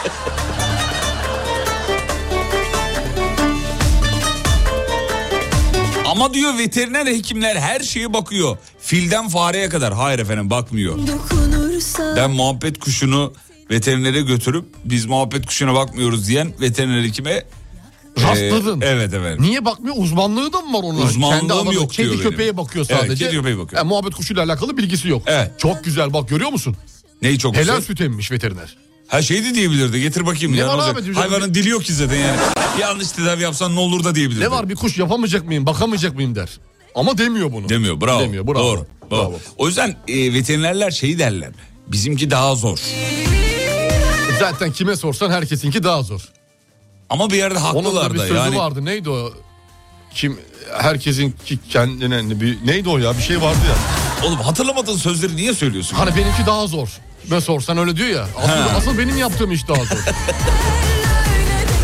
Ama diyor veteriner hekimler her şeye bakıyor. Filden fareye kadar. Hayır efendim bakmıyor. Dokunursa Ben muhabbet kuşunu veterinere götürüp biz muhabbet kuşuna bakmıyoruz diyen veteriner hekime Rastladın. Ee, evet evet. Niye bakmıyor? Uzmanlığı da mı var onun? Uzmanlığım Kendi alanı- yok Kedi diyor köpeğe benim. bakıyor Evet, sadece. kedi köpeğe bakıyor. E, muhabbet kuşuyla alakalı bilgisi yok. Evet. Çok güzel bak görüyor musun? Neyi çok Helal güzel? süt emmiş veteriner. Ha şey de diyebilirdi. Getir bakayım. Ne ya, var olacak? abi, hocam? Hayvanın dili yok ki zaten yani. Yanlış tedavi yapsan ne olur da diyebilirdi. Ne var bir kuş yapamayacak mıyım bakamayacak mıyım der. Ama demiyor bunu. Demiyor bravo. Demiyor bravo. Doğru. Bravo. Bravo. O yüzden e, veterinerler şeyi derler. Bizimki daha zor. Zaten kime sorsan herkesinki daha zor. Ama bir yerde Onun da haklılar bir da sözü yani. vardı neydi o? Kim herkesin ki kendine bir neydi o ya bir şey vardı ya. Oğlum hatırlamadığın sözleri niye söylüyorsun? Hani benimki daha zor. Ben sorsan öyle diyor ya. Asıl, Ha. asıl benim yaptığım iş daha zor. öyle de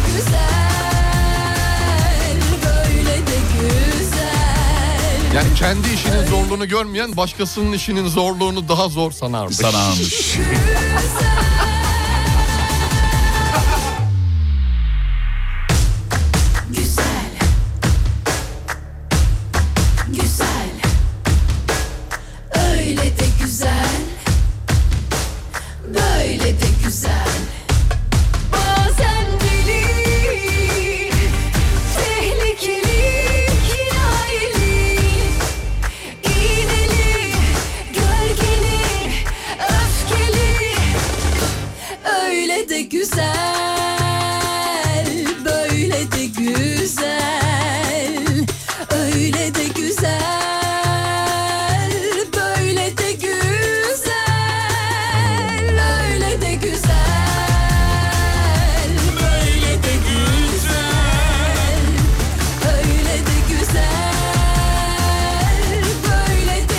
güzel, böyle de güzel. Yani kendi işinin zorluğunu görmeyen başkasının işinin zorluğunu daha zor sanarmış. Sanarmış. Güzel, güzel, öyle de güzel, böyle de güzel. Bazen gelir, tehlikeli, kinayeli, iğneli, gölgeli, öfkeli, öyle de güzel, böyle de güzel, öyle de güzel, böyle de güzel, öyle de güzel, böyle de güzel, öyle de güzel, böyle de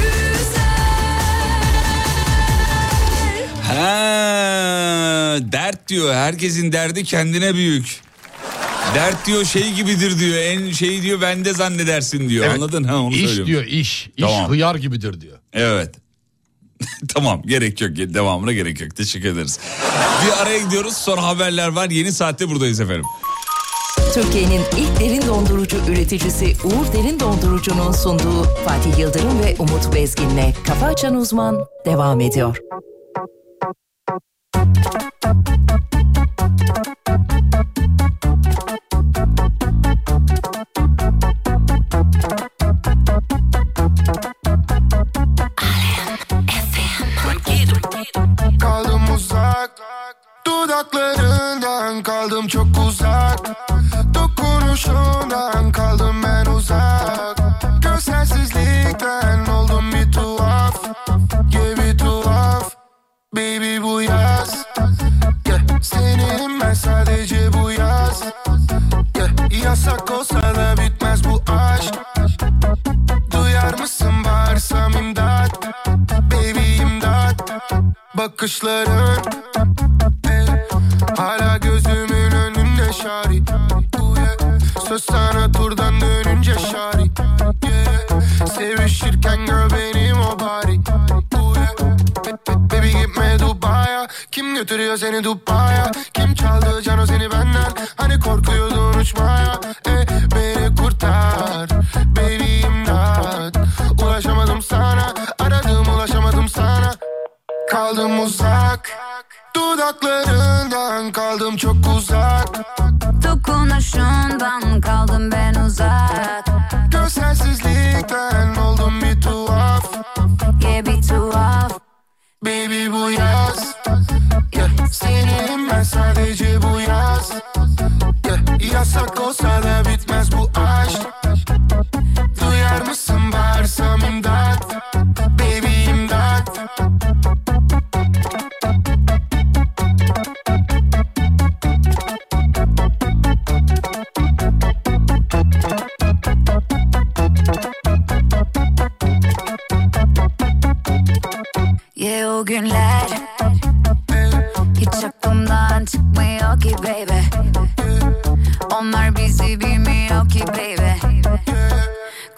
güzel. Ha, dert diyor. Herkesin derdi kendine büyük. Dert diyor şey gibidir diyor. En şeyi diyor bende zannedersin diyor. Evet. Anladın? Ha onu İş söylüyorum. diyor iş. İş Tamam. hıyar gibidir diyor. Evet. Tamam gerek yok. Devamına gerek yok. Teşekkür ederiz. Bir araya gidiyoruz. Sonra haberler var. Yeni saatte buradayız efendim. Türkiye'nin ilk derin dondurucu üreticisi Uğur Derin Dondurucu'nun sunduğu Fatih Yıldırım ve Umut Bezgin'le Kafa Açan Uzman devam ediyor. Kaldım uzak, dudaklarından kaldım çok uzak, dokunuşundan kaldım ben uzak. Gözsensizlikten oldum bir tuhaf, yeah bir tuhaf. Baby bu yaz, yeah, seninim ben sadece bu yaz, yeah, yasak olsa da bitmez bu aşk. Duyar mısın bağırsam imdat, baby imdat. Bakışların eh, hala gözümün önünde şari, uh, yeah. Söz sana turdan dönünce şari, yeah. Sevişirken gör benim o bari, uh, yeah. Baby gitme Dubai'ya. Kim götürüyor seni Dubai'ya? Kim çaldı cano seni benden? Hani korkuyordun uçmaya, eh, beni kurtar baby imdat. Ulaşamadım sana, aradım ulaşamadım sana. Kaldım uzak, dudaklarından kaldım çok uzak, Dokunuşundan kaldım ben uzak, gözsensizlikten oldum bir tuhaf, yeah bir tuhaf. baby bu yaz, yeah, seninim ben sadece bu yaz, yeah, yasak olsa da bitmez bu aşk. Duyar mısın bağırsam imdat, baby imdat. Yeah o günler hiç aklımdan çıkmıyor ki baby. Onlar bizi bilmiyor ki baby.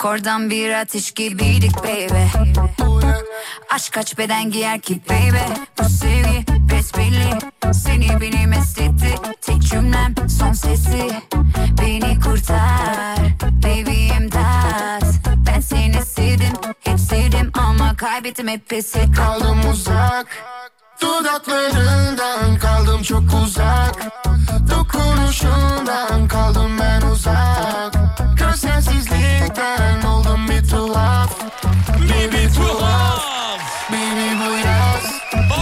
Kordan bir ateş gibiydik baby. Aşk kaç beden giyer ki baby. Bu sevgi besbelli. Seni beni mest etti. Tek cümlem son sesi. Beni kurtar baby imdat. Ben seni sevdim, hep sevdim ama kaybettim hep pes ettim. Kaldım uzak, dudaklarından kaldım çok uzak. Dokunuşundan kaldım ben uzak. Gözsensizlikten oldum bir tuhaf. Bir bir tuhaf. Baby bu yaz.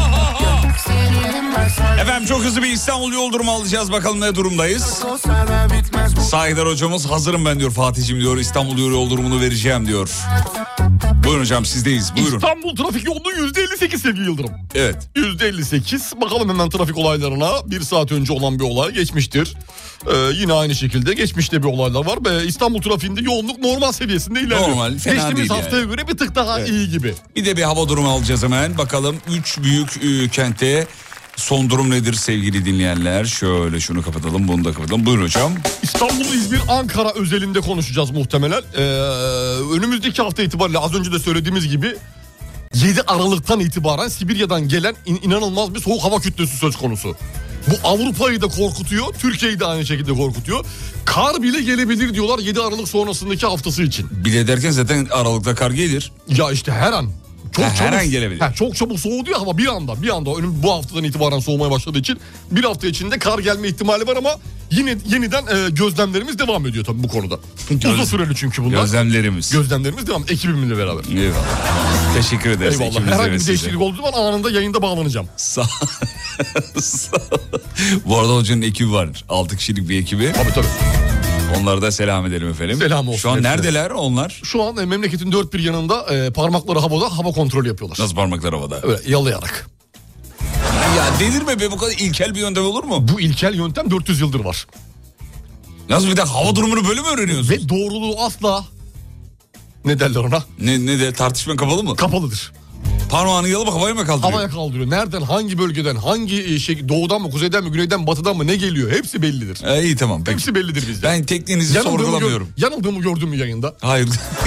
Efendim çok hızlı bir İstanbul yol durumu alacağız. Bakalım ne durumdayız. Sahidar hocamız hazırım ben diyor. Fatih'cim diyor, İstanbul yol durumunu vereceğim diyor. Buyurun hocam sizdeyiz, buyurun. İstanbul trafik yoğunluğu yüzde elli sekiz sevgili Yıldırım. Evet. yüzde elli sekiz. Bakalım hemen trafik olaylarına. Bir saat önce olan bir olay geçmiştir. Ee, yine aynı şekilde geçmişte bir olaylar var. Ee, İstanbul trafiğinde yoğunluk normal seviyesinde ilerliyor. Normal, fena Geçtiğimiz değil haftaya yani. göre bir tık daha Evet. iyi gibi. Bir de bir hava durumu alacağız hemen. Bakalım üç büyük e, kente son durum nedir sevgili dinleyenler? Şöyle şunu kapatalım, bunu da kapatalım. Buyurun hocam. İstanbul, İzmir, Ankara özelinde konuşacağız muhtemelen. Ee, önümüzdeki hafta itibariyle az önce de söylediğimiz gibi yedi Aralık'tan itibaren Sibirya'dan gelen in- inanılmaz bir soğuk hava kütlesi söz konusu. Bu Avrupa'yı da korkutuyor, Türkiye'yi de aynı şekilde korkutuyor. Kar bile gelebilir diyorlar yedi Aralık sonrasındaki haftası için. Bile derken zaten Aralık'ta kar gelir. Ya işte her an. Çok Ha, her çabuk, an gelebilir. Ha, çok çabuk soğudu ama bir anda bir anda önüm bu haftadan itibaren soğumaya başladığı için bir hafta içinde kar gelme ihtimali var ama yine yeniden e, gözlemlerimiz devam ediyor tabii bu konuda. Göz- Uzun süreli çünkü bunlar. Gözlemlerimiz. Gözlemlerimiz devam. Ekibimle beraber. Eyvallah. Teşekkür ederiz. Eyvallah. ekibimize Herhangi ve bir size. değişiklik olduğu zaman anında yayında bağlanacağım. Sağ... Sağ- Bu arada hocanın ekibi var. altı kişilik bir ekibi. Tabii tabii. Onlara da selam edelim efendim. Selam olsun Şu an hepsine. neredeler onlar? Şu an e, memleketin dört bir yanında e, parmakları havada hava kontrolü yapıyorlar. Nasıl parmaklar havada? Öyle yalayarak. Ya delirme be, bu kadar ilkel bir yöntem olur mu? Bu ilkel yöntem dört yüz yıldır var. Nasıl bir de hava durumunu böyle mi öğreniyorsunuz? Ve doğruluğu asla ne derler ona? Ne, ne de tartışma kapalı mı? Kapalıdır. Parmağını yalıp havaya mı kaldırıyor? Havaya kaldırıyor. Nereden, hangi bölgeden, hangi şey, doğudan mı, kuzeyden mi, güneyden, batıdan mı ne geliyor? Hepsi bellidir. E, iyi tamam peki. Hepsi bellidir bizde. Ben tekniğinizi Yanıldığımı gör- sorgulamıyorum. yanıldığımı gördün mü yayında? Hayır.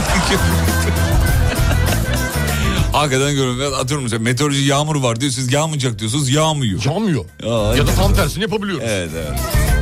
Hakikaten görüyorum. Ben atıyorum mesela meteoroloji yağmur var diyor. Siz yağmayacak diyorsunuz. Yağmıyor. Yağmıyor. Ya, Ya da tam tersini yapabiliyoruz. Evet evet.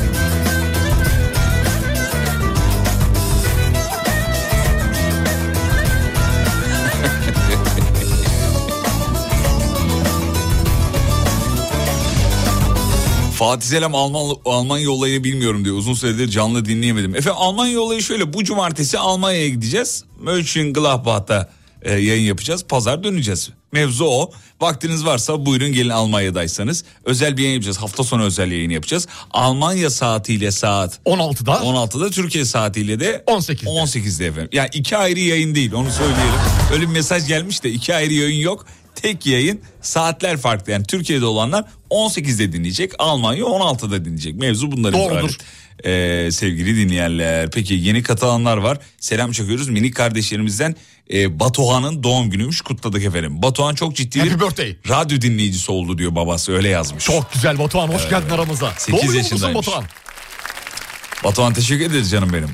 Fatih Selam Alman, Almanya olayını bilmiyorum diyor. Uzun süredir canlı dinleyemedim. Efendim Almanya olayı şöyle. Bu cumartesi Almanya'ya gideceğiz. Mönchengladbach'ta e, yayın yapacağız. Pazar döneceğiz. Mevzu o. Vaktiniz varsa buyurun gelin Almanya'daysanız. Özel bir yayın yapacağız. Hafta sonu özel yayın yapacağız. Almanya saatiyle saat on altıda. on altıda Türkiye saatiyle de on sekizde. on sekizde efendim. Yani iki ayrı yayın değil, onu söyleyelim. Öyle bir mesaj gelmiş de iki ayrı yayın yok. Tek yayın, saatler farklı. Yani Türkiye'de olanlar on sekizde dinleyecek. Almanya on altıda dinleyecek. Mevzu bunların Doğrudur. ibaret. Ee, sevgili dinleyenler. Peki yeni katılanlar var. Selam çakıyoruz. Minik kardeşlerimizden e, Batuhan'ın doğum günüymüş. Kutladık efendim. Batuhan çok ciddi Happy bir birthday. radyo dinleyicisi oldu diyor babası. Öyle yazmış. Çok güzel Batuhan, hoş geldin aramıza. sekiz Doğru yaşındaymış. musun Batuhan? Batuhan teşekkür ederiz canım benim.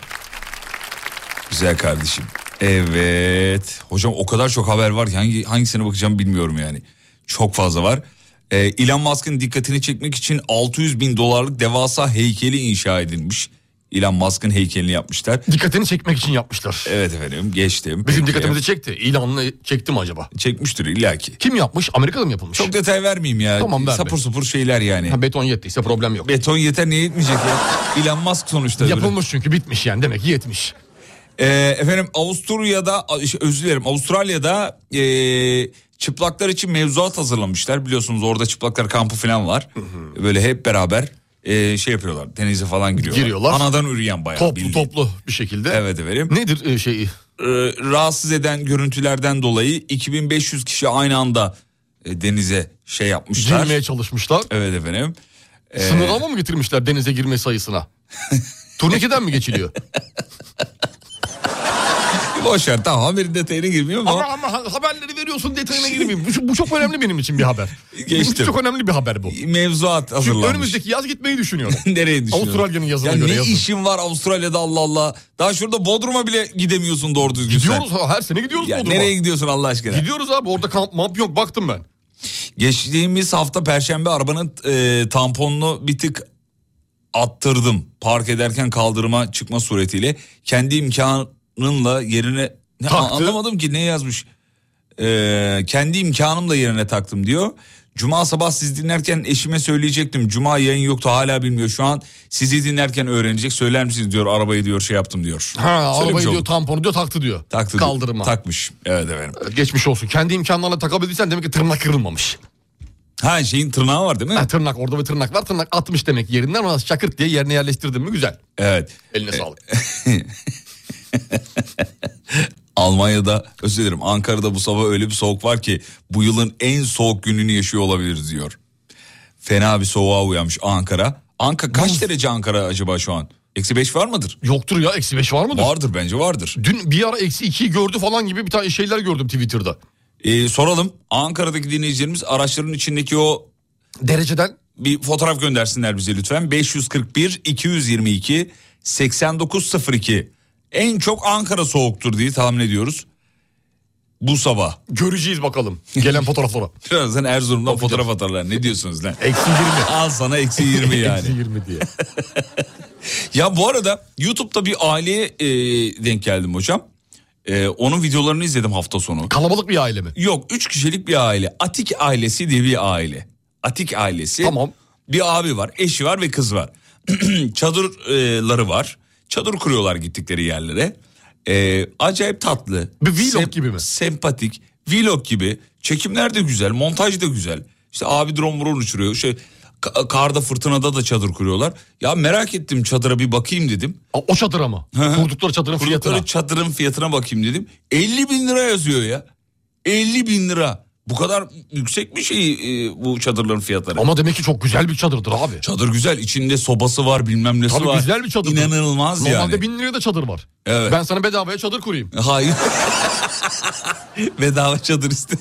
Güzel kardeşim. Evet. Hocam o kadar çok haber var ki hangi, hangisine bakacağım bilmiyorum yani. Çok fazla var. Ee, Elon Musk'ın dikkatini çekmek için altı yüz bin dolarlık devasa heykeli inşa edilmiş. Elon Musk'ın heykelini yapmışlar. Dikkatini çekmek için yapmışlar. Evet efendim geçtim. Bizim Peki. dikkatimizi çekti. İlanını çekti mi acaba? Çekmiştir illaki. Kim yapmış? Amerika'da mı yapılmış? Çok detay vermeyeyim ya. Tamam, verme. Sapır sapır şeyler yani. Ha, beton yettiyse problem yok. Beton yeter, niye yetmeyecek ya? Elon Musk sonuçta. böyle. Yapılmış çünkü bitmiş yani, demek ki yetmiş. Ee, efendim Avusturya'da özür dilerim Avustralya'da e, çıplaklar için mevzuat hazırlamışlar. Biliyorsunuz orada çıplaklar kampı falan var. Hı hı. Böyle hep beraber e, şey yapıyorlar, denize falan giriyorlar. Giriyorlar. Anadan üreyen bayağı. Toplu bildiğin. toplu bir şekilde. Evet efendim. Nedir e, şeyi? Ee, rahatsız eden görüntülerden dolayı iki bin beş yüz kişi aynı anda e, denize şey yapmışlar. Girmeye çalışmışlar. Evet efendim. Ee, Sınırlama mı getirmişler denize girme sayısına? Turnikeden mi geçiliyor? Boş ver, tamam, haberin detayına girmiyor mu? Ama, ama haberleri veriyorsun, detayına girmeyeyim. Bu, bu çok önemli benim için bir haber. Benim için çok önemli bir haber bu. Mevzuat hazırlanmış. Çünkü önümüzdeki yaz gitmeyi düşünüyorum. Nereye düşünüyorsun? Avustralya'nın yazına ya göre ne yazın. işin var Avustralya'da, Allah Allah. Daha şurada Bodrum'a bile gidemiyorsun doğru düzgün. Gidiyoruz sen. her sene gidiyoruz ya Bodrum'a. Nereye gidiyorsun Allah aşkına? Gidiyoruz abi, orada kamp mamp yok, baktım ben. Geçtiğimiz hafta Perşembe arabanın e, tamponunu bir tık attırdım. Park ederken kaldırıma çıkma suretiyle. Kendi imkanınla yerine... Ne, anlamadım ki ne yazmış. Ee, kendi imkanımla yerine taktım diyor. Cuma sabah sizi dinlerken eşime söyleyecektim. Cuma yayın yoktu, hala bilmiyor. Şu an sizi dinlerken öğrenecek. Söyler misiniz diyor, arabayı diyor şey yaptım diyor. Ha, Söylemiş arabayı diyor olduk. tamponu diyor taktı diyor. Taktı Kaldırıma. Diyor. Takmış. Evet efendim. Geçmiş olsun. Kendi imkanlarla takabildiysen demek ki tırnak kırılmamış. Ha, şeyin tırnağı var değil mi? Ha, tırnak, orada bir tırnak var. Tırnak atmış demek ki yerinden, ama şakırt diye yerine yerleştirdin mi güzel. Evet. Eline sağlık. Almanya'da, özür dilerim, Ankara'da bu sabah öyle bir soğuk var ki bu yılın en soğuk gününü yaşıyor olabiliriz diyor. Fena bir soğuğa uyanmış Ankara. Ankara kaç Buz. derece Ankara acaba şu an? Eksi beş var mıdır? Yoktur ya, eksi beş var mıdır? Vardır, bence vardır. Dün bir ara eksi ikiyi gördü falan gibi bir tane şeyler gördüm Twitter'da. Ee, soralım, Ankara'daki dinleyicilerimiz araçların içindeki o dereceden bir fotoğraf göndersinler bize lütfen. beş yüz kırk bir iki yüz yirmi iki seksen dokuz sıfır iki. En çok Ankara soğuktur diye tahmin ediyoruz. Bu sabah. Göreceğiz bakalım gelen fotoğraflara. Birazdan Erzurum'dan fotoğraf atarlar. Ne diyorsunuz lan? Eksi yirmi. Al sana eksi yirmi yani. Eksi yirmi diye. Ya bu arada YouTube'da bir aileye e, denk geldim hocam. E, onun videolarını izledim hafta sonu. Kalabalık bir aile mi? Yok, üç kişilik bir aile. Atik ailesi diye bir aile. Atik ailesi. Tamam. Bir abi var, eşi var ve kız var. Çadırları var. Çadır kuruyorlar gittikleri yerlere. Ee, acayip tatlı. Bir vlog Sem- gibi mi? Sempatik. Vlog gibi. Çekimler de güzel. Montaj da güzel. İşte abi drone drone uçuruyor. Şey, ka- karda fırtınada da çadır kuruyorlar. Ya merak ettim, çadıra bir bakayım dedim. O çadıra mı? Kurdukları çadırın fiyatına. Kurdukları çadırın fiyatına bakayım dedim. elli bin lira yazıyor ya. elli bin lira. Bu kadar yüksek bir şey e, bu çadırların fiyatları. Ama demek ki çok güzel bir çadırdır abi. Çadır güzel, içinde sobası var, bilmem nesi Tabii var. güzel bir çadırdır. İnanılmaz Normalde yani. Normalde bin liraya da çadır var. Evet. Ben sana bedavaya çadır kurayım. Hayır. Bedava çadır iste.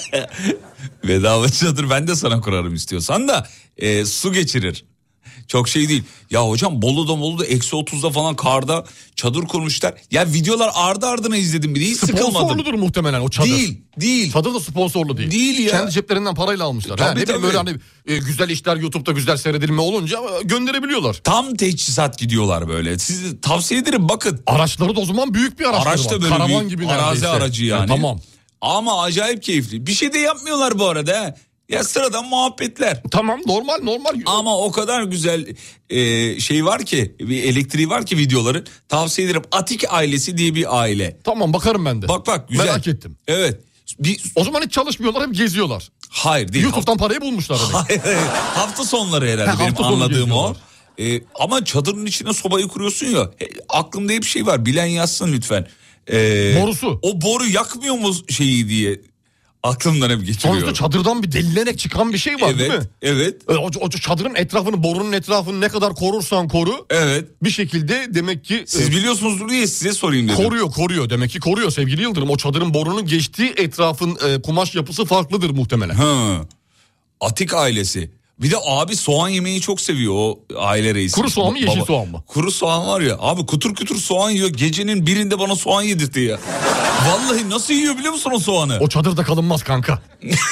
Bedava çadır ben de sana kurarım istiyorsan da e, su geçirir. Çok şey değil. Ya hocam Bolu'da Bolu'da eksi otuzda falan karda çadır kurmuşlar. Ya videolar ardı ardına izledim bir de hiç sıkılmadım. Sponsorludur muhtemelen o çadır. Değil, değil. Çadır da sponsorlu değil. Değil ya. Kendi ceplerinden parayla almışlar. Tabii, ha, ne tabii. böyle hani e, güzel işler YouTube'da güzel seyredilme olunca e, gönderebiliyorlar. Tam teçhizat gidiyorlar böyle. Sizi tavsiye ederim, bakın. Araçları da o zaman büyük bir araçları Araç da var. böyle Karavan büyük, gibi arazi neredeyse. aracı yani. E, tamam. Ama acayip keyifli. Bir şey de yapmıyorlar bu arada. He. Ya sıradan muhabbetler. Tamam, normal normal. Ama o kadar güzel e, şey var ki, bir elektriği var ki videoların. Tavsiye ederim. Atik ailesi diye bir aile. Tamam, bakarım ben de. Bak bak güzel. Merak ettim. Evet. Bir... O zaman hiç çalışmıyorlar, hep geziyorlar. Hayır değil. YouTube'dan parayı bulmuşlar demek. Hayır, hayır. Hafta sonları herhalde Ha, benim hafta sonu anladığım o. geziyorlar. E, ama çadırın içine sobayı kuruyorsun ya. E, aklımda hep şey var, bilen yazsın lütfen. E, Borusu. O boru yakmıyor mu şeyi diye. Aklımdan hep geçiriyor. Sonuçta çadırdan bir delinerek çıkan bir şey var evet, değil mi? Evet. O, o çadırın etrafını, borunun etrafını ne kadar korursan koru. Evet. Bir şekilde demek ki... Siz e, biliyorsunuzdur diye size sorayım dedim. Koruyor koruyor demek ki koruyor sevgili Yıldırım. O çadırın borunun geçtiği etrafın e, kumaş yapısı farklıdır muhtemelen. Ha. Atik ailesi. Bir de abi soğan yemeyi çok seviyor o aile reisi. Kuru soğan mı, yeşil Baba, soğan mı? Kuru soğan var ya abi, kutur kutur soğan yiyor. Gecenin birinde bana soğan yedirtti ya. Vallahi nasıl yiyor biliyor musun o soğanı? O çadırda kalınmaz kanka.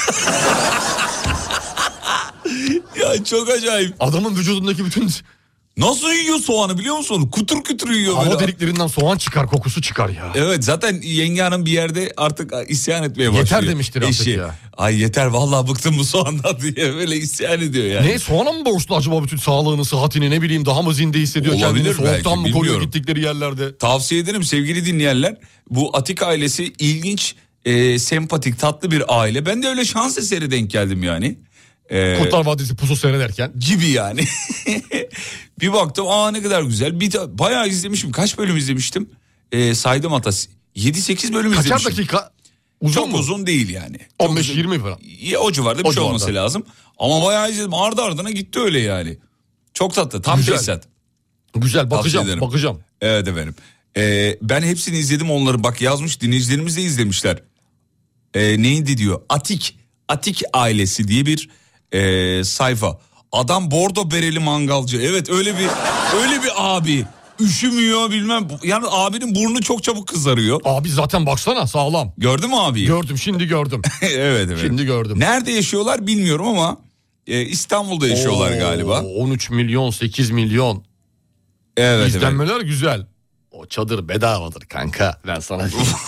Ya çok acayip. Adamın vücudundaki bütün... Nasıl yiyor soğanı biliyor musun? Kutur kutur yiyor. Hava böyle. deliklerinden soğan çıkar, kokusu çıkar ya. Evet, zaten yenge hanım bir yerde artık isyan etmeye başlıyor. Yeter demiştir artık Eşi. ya. Ay yeter vallahi bıktım bu soğandan diye böyle isyan ediyor yani. Ne, soğana mı borçlu acaba bütün sağlığını, sıhhatini, ne bileyim, daha mı zinde hissediyor Olabilir kendini, belki, soğuktan mı koruyor bilmiyorum. gittikleri yerlerde? Tavsiye ederim sevgili dinleyenler. Bu Atik ailesi ilginç, e, sempatik, tatlı bir aile. Ben de öyle şans eseri denk geldim yani. E, Kurtlar Vadisi pusu seyrederken. Gibi yani. Bir baktım, aa ne kadar güzel. Bir ta- bayağı izlemişim. Kaç bölüm izlemiştim? E, saydım hatta. yedi sekiz bölüm Kaçar izlemişim. dakika? Uzun Çok mu? uzun değil yani. on beş yirmi falan. Ya, o civarda bir O şey civarda. olması lazım. Ama bayağı izledim. Ardı ardına gitti öyle yani. Çok tatlı. Tam Güzel. tesisat. Güzel, Tavsiye bakacağım ederim. bakacağım. Evet efendim. Ee, ben hepsini izledim onları. Bak yazmış, dinleyicilerimiz de izlemişler. Ee, neydi diyor. Atik. Atik ailesi diye bir e, sayfa. Adam bordo bereli mangalcı. Evet, öyle bir öyle bir abi. Üşümüyor bilmem. Yani abinin burnu çok çabuk kızarıyor. Abi zaten baksana sağlam. Gördün mü abiyi? Gördüm, şimdi gördüm. evet evet. Şimdi gördüm. Nerede yaşıyorlar bilmiyorum ama e, İstanbul'da yaşıyorlar Oo, galiba. on üç milyon, sekiz milyon. Evet, İzlenmeler evet. güzel. O çadır bedavadır kanka. Ben sana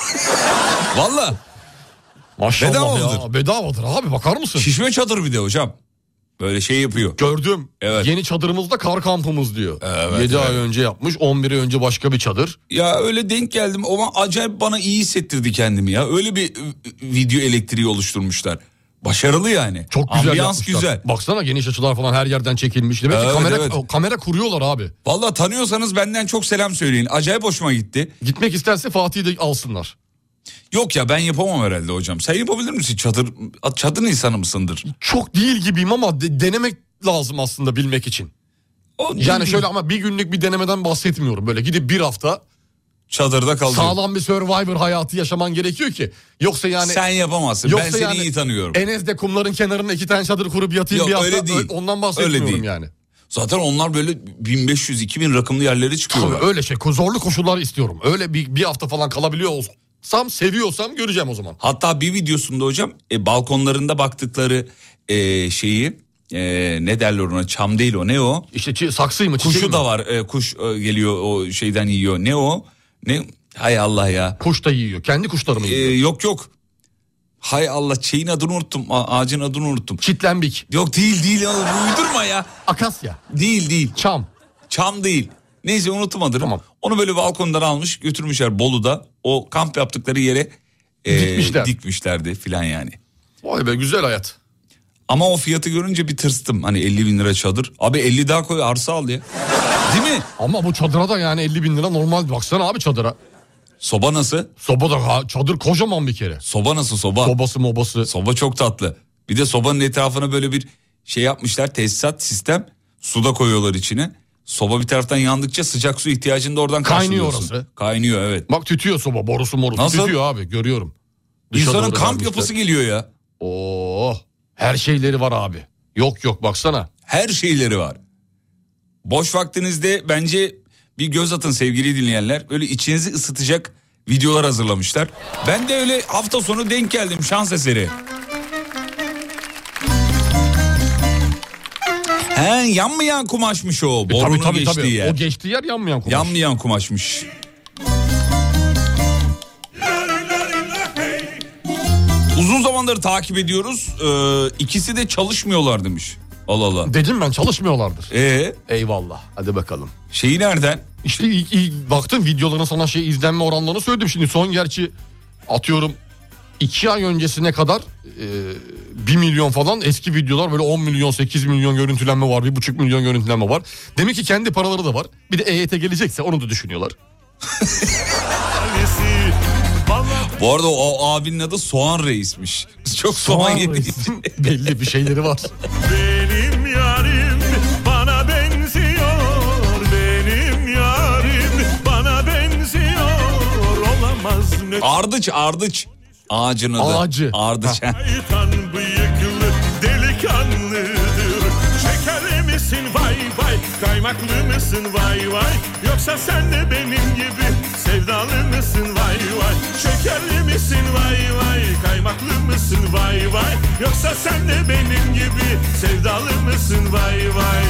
Valla. Maşallah bedavadır. ya. Bedavadır abi, bakar mısın? Şişme çadır bir de hocam. Böyle şey yapıyor. Gördüm. Evet. Yeni çadırımızda kar kampımız diyor. Evet, yedi evet. ay önce yapmış. on bir ay önce başka bir çadır. Ya öyle denk geldim ama acayip bana iyi hissettirdi kendimi ya. Öyle bir video elektriği oluşturmuşlar. Başarılı yani. Çok güzel Ambiyans yapmışlar. güzel. Baksana, geniş açılar falan her yerden çekilmiş. Demek Evet, ki kamera, evet. kamera kuruyorlar abi. Vallahi tanıyorsanız benden çok selam söyleyin. Acayip hoşuma gitti. Gitmek isterse Fatih'i de alsınlar. Yok ya, ben yapamam herhalde hocam. Sen yapabilir misin çadır? Çadır insanı mısındır? Çok değil gibiyim ama de, denemek lazım aslında bilmek için. O Yani değil. şöyle, ama bir günlük bir denemeden bahsetmiyorum. Böyle gidip bir hafta çadırda kalacağım. sağlam bir Survivor hayatı yaşaman gerekiyor ki. Yoksa yani... Sen yapamazsın. Yoksa Ben seni yani iyi tanıyorum. Enes'de kumların kenarına iki tane çadır kurup yatayım Yok, bir hafta. öyle değil. Ondan bahsetmiyorum Öyle değil. yani. Zaten onlar böyle bin beş yüz iki bin rakımlı yerlere çıkıyorlar. Tabii öyle şey, zorlu koşullar istiyorum. Öyle bir, bir hafta falan kalabiliyor olsam, seviyorsam göreceğim o zaman. Hatta bir videosunda hocam e, balkonlarında baktıkları e, şeyi e, ne derler ona, çam değil o, ne o? İşte çi- saksı mı, çiçeği Kuşu mi? da var, e, kuş e, geliyor o şeyden yiyor, ne o? Ne? Hay Allah ya. Kuş da yiyor. Kendi kuşları mı E, yiyor? yok yok. Hay Allah, şeyin adını unuttum, a- ağacın adını unuttum. Çitlenbik. Yok değil değil, oğlum, uydurma ya. Akasya. Değil değil. Çam. Çam değil. Neyse, unuttum adını. Tamam. Onu böyle balkondan almış götürmüşler Bolu'da. O kamp yaptıkları yere e, Dikmişler. dikmişlerdi filan yani. Vay be, güzel hayat. Ama o fiyatı görünce bir tırstım. Hani elli bin lira çadır. Abi elli daha koy, arsa al ya. Değil mi? Ama bu çadıra da yani elli bin lira normal. Baksana abi çadıra. Soba nasıl? Soba da ha, çadır kocaman bir kere. Soba nasıl soba? Sobası mobası. Soba çok tatlı. Bir de sobanın etrafına böyle bir şey yapmışlar. Tesisat sistem. Su da koyuyorlar içine. Soba bir taraftan yandıkça sıcak su ihtiyacını da oradan Kaynıyor karşılıyorsun. orası. Kaynıyor, evet. Bak tütüyor soba, borusu morusu. Nasıl? Tütüyor abi, görüyorum. Dışa İnsanın doğru kamp vermişler. yapısı geliyor ya. Oo, her şeyleri var abi. Yok yok, baksana. Her şeyleri var. Boş vaktinizde bence bir göz atın sevgili dinleyenler. Böyle içinizi ısıtacak videolar hazırlamışlar. Ben de öyle hafta sonu denk geldim, şans eseri. He, yanmayan kumaşmış o. E, tabii Borunun tabii geçtiği tabii. yer. O geçtiği yer yanmayan kumaş. Yanmayan kumaşmış. Uzun zamandır takip ediyoruz. Ee, ikisi de çalışmıyorlar demiş. Allah Allah. Dedim ben, çalışmıyorlardır. Ee, Eyvallah. Hadi bakalım. şeyi nereden? İşte ilk, ilk baktım videolarına, sana şey izlenme oranlarını söyledim. Şimdi son, gerçi atıyorum iki ay öncesine kadar e, bir milyon falan eski videolar, böyle on milyon sekiz milyon görüntülenme var, bir buçuk milyon görüntülenme var. Demek ki kendi paraları da var. Bir de E Y T gelecekse onu da düşünüyorlar. Bu arada o abinin adı Soğan Reis'miş. Çok soğan, Soğan yedi. Reis'in belli bir şeyleri var. Benim yarim bana benziyor. Benim yarim bana benziyor. Olamaz ne Ardıç, ardıç. Ağacın adı. Ağacı. Ardıç. şeytan bıyıklı delikanlıdır. Şeker misin vay vay, kaymaklı mısın vay vay, yoksa sen de benim gibi sevdalı mısın vay vay. Şekerli misin vay vay, kaymaklı mısın vay vay, yoksa sen de benim gibi sevdalı mısın vay vay.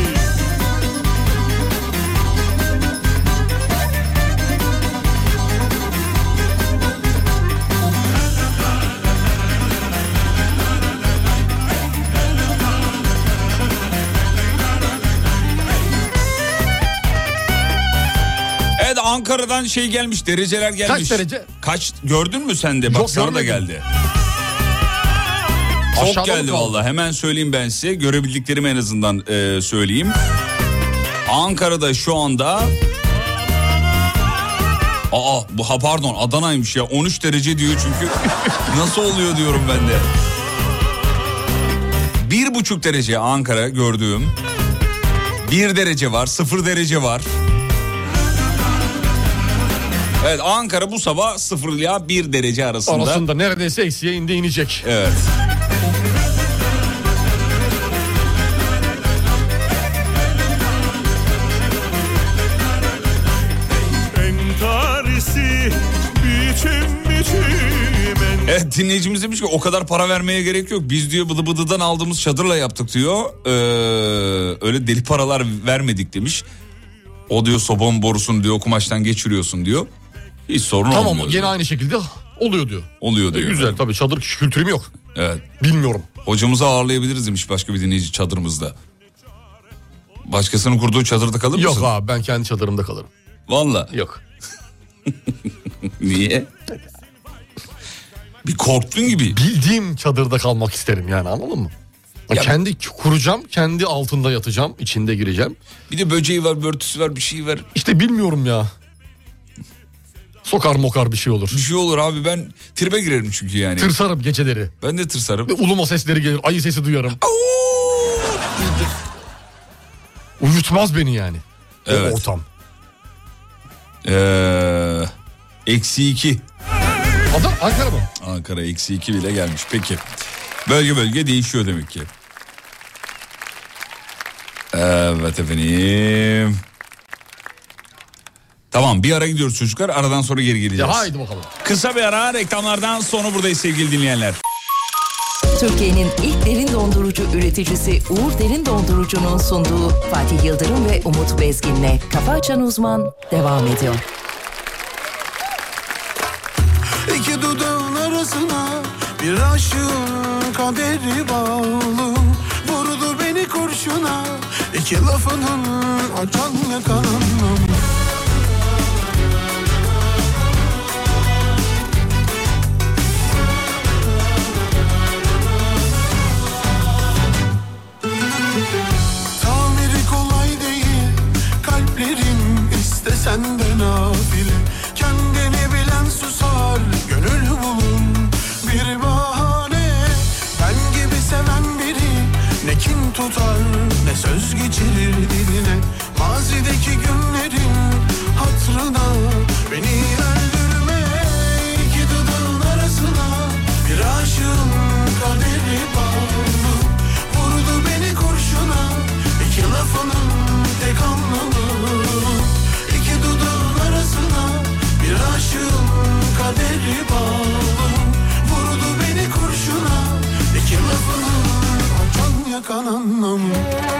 Evet, Ankara'dan şey gelmiş, dereceler gelmiş. Kaç derece? Kaç, gördün mü sen de? Bak, Yok, sana da görmedim. geldi. Çok Aşağıda mı geldi kaldı? vallahi. Hemen söyleyeyim ben size. Görebildiklerimi en azından e, söyleyeyim. Ankara'da şu anda... Aa bu ha pardon Adana'ymış ya. on üç derece diyor çünkü. Nasıl oluyor diyorum ben de. Bir buçuk derece Ankara gördüğüm. Bir derece var, sıfır derece var. Evet, Ankara bu sabah sıfır ile bir derece arasında. Arasında neredeyse eksiye indi inecek. Evet. Entarisi biçim biçim en... Evet, dinleyicimiz demiş ki o kadar para vermeye gerek yok. Biz diyor bıdı bıdıdan aldığımız çadırla yaptık diyor. Ee, öyle deli paralar vermedik demiş. O diyor sobanın borusunu diyor kumaştan geçiriyorsun diyor. Hiç sorun tamam, olmuyor. Tamam gene aynı şekilde oluyor diyor. Oluyor diyor. E, güzel tabii, çadır kültürüm yok. Evet. Bilmiyorum. Hocamızı ağırlayabiliriz demiş başka bir dinleyici çadırımızda. Başkasının kurduğu çadırda kalır mısın? Yok abi, ben kendi çadırımda kalırım. Vallahi. Yok. Niye? Bir korktun gibi. Bildiğim çadırda kalmak isterim yani, anladın mı? Ya, kendi kuracağım, kendi altında yatacağım, içinde gireceğim. Bir de böceği var, börtüsü var, bir şey var. İşte bilmiyorum ya. Sokar mokar bir şey olur. Bir şey olur abi, ben tribe girerim çünkü yani. Tırsarım geceleri. Ben de tırsarım. Ve uluma sesleri gelir, ayı sesi duyarım. Uyutmaz beni yani. Evet. O ortam. Ee, eksi iki. Adam Ankara mı? Ankara eksi iki bile gelmiş. Peki. Bölge bölge değişiyor demek ki. Evet efendim. Tamam, bir ara gidiyoruz çocuklar. Aradan sonra geri geleceğiz. Ya haydi bakalım. Kısa bir ara, reklamlardan sonra buradayız sevgili dinleyenler. Türkiye'nin ilk derin dondurucu üreticisi Uğur Derin Dondurucu'nun sunduğu Fatih Yıldırım ve Umut Bezgin'le Kafa Açan Uzman devam ediyor. İki dudağın arasına bir aşığın kaderi bağlı. Vurdu beni kurşuna, iki lafının açan yakanım. Tamiri kolay değil, kalplerin istesen de nafile. Kendini bilen susar, gönül bulun bir bahane. Ben gibi seven biri ne kin tutar, ne söz geçirir diline. Mazideki günlerin hatırına beni öldürme. İki dudağın arasına bir aşığın kaderi bağlı. Vurdu beni kurşuna, iki lafının tek anlamı. İki dudağın arasına bir aşığın kaderi bağlı. Vurdu beni kurşuna, iki lafının açan yakan anlamı.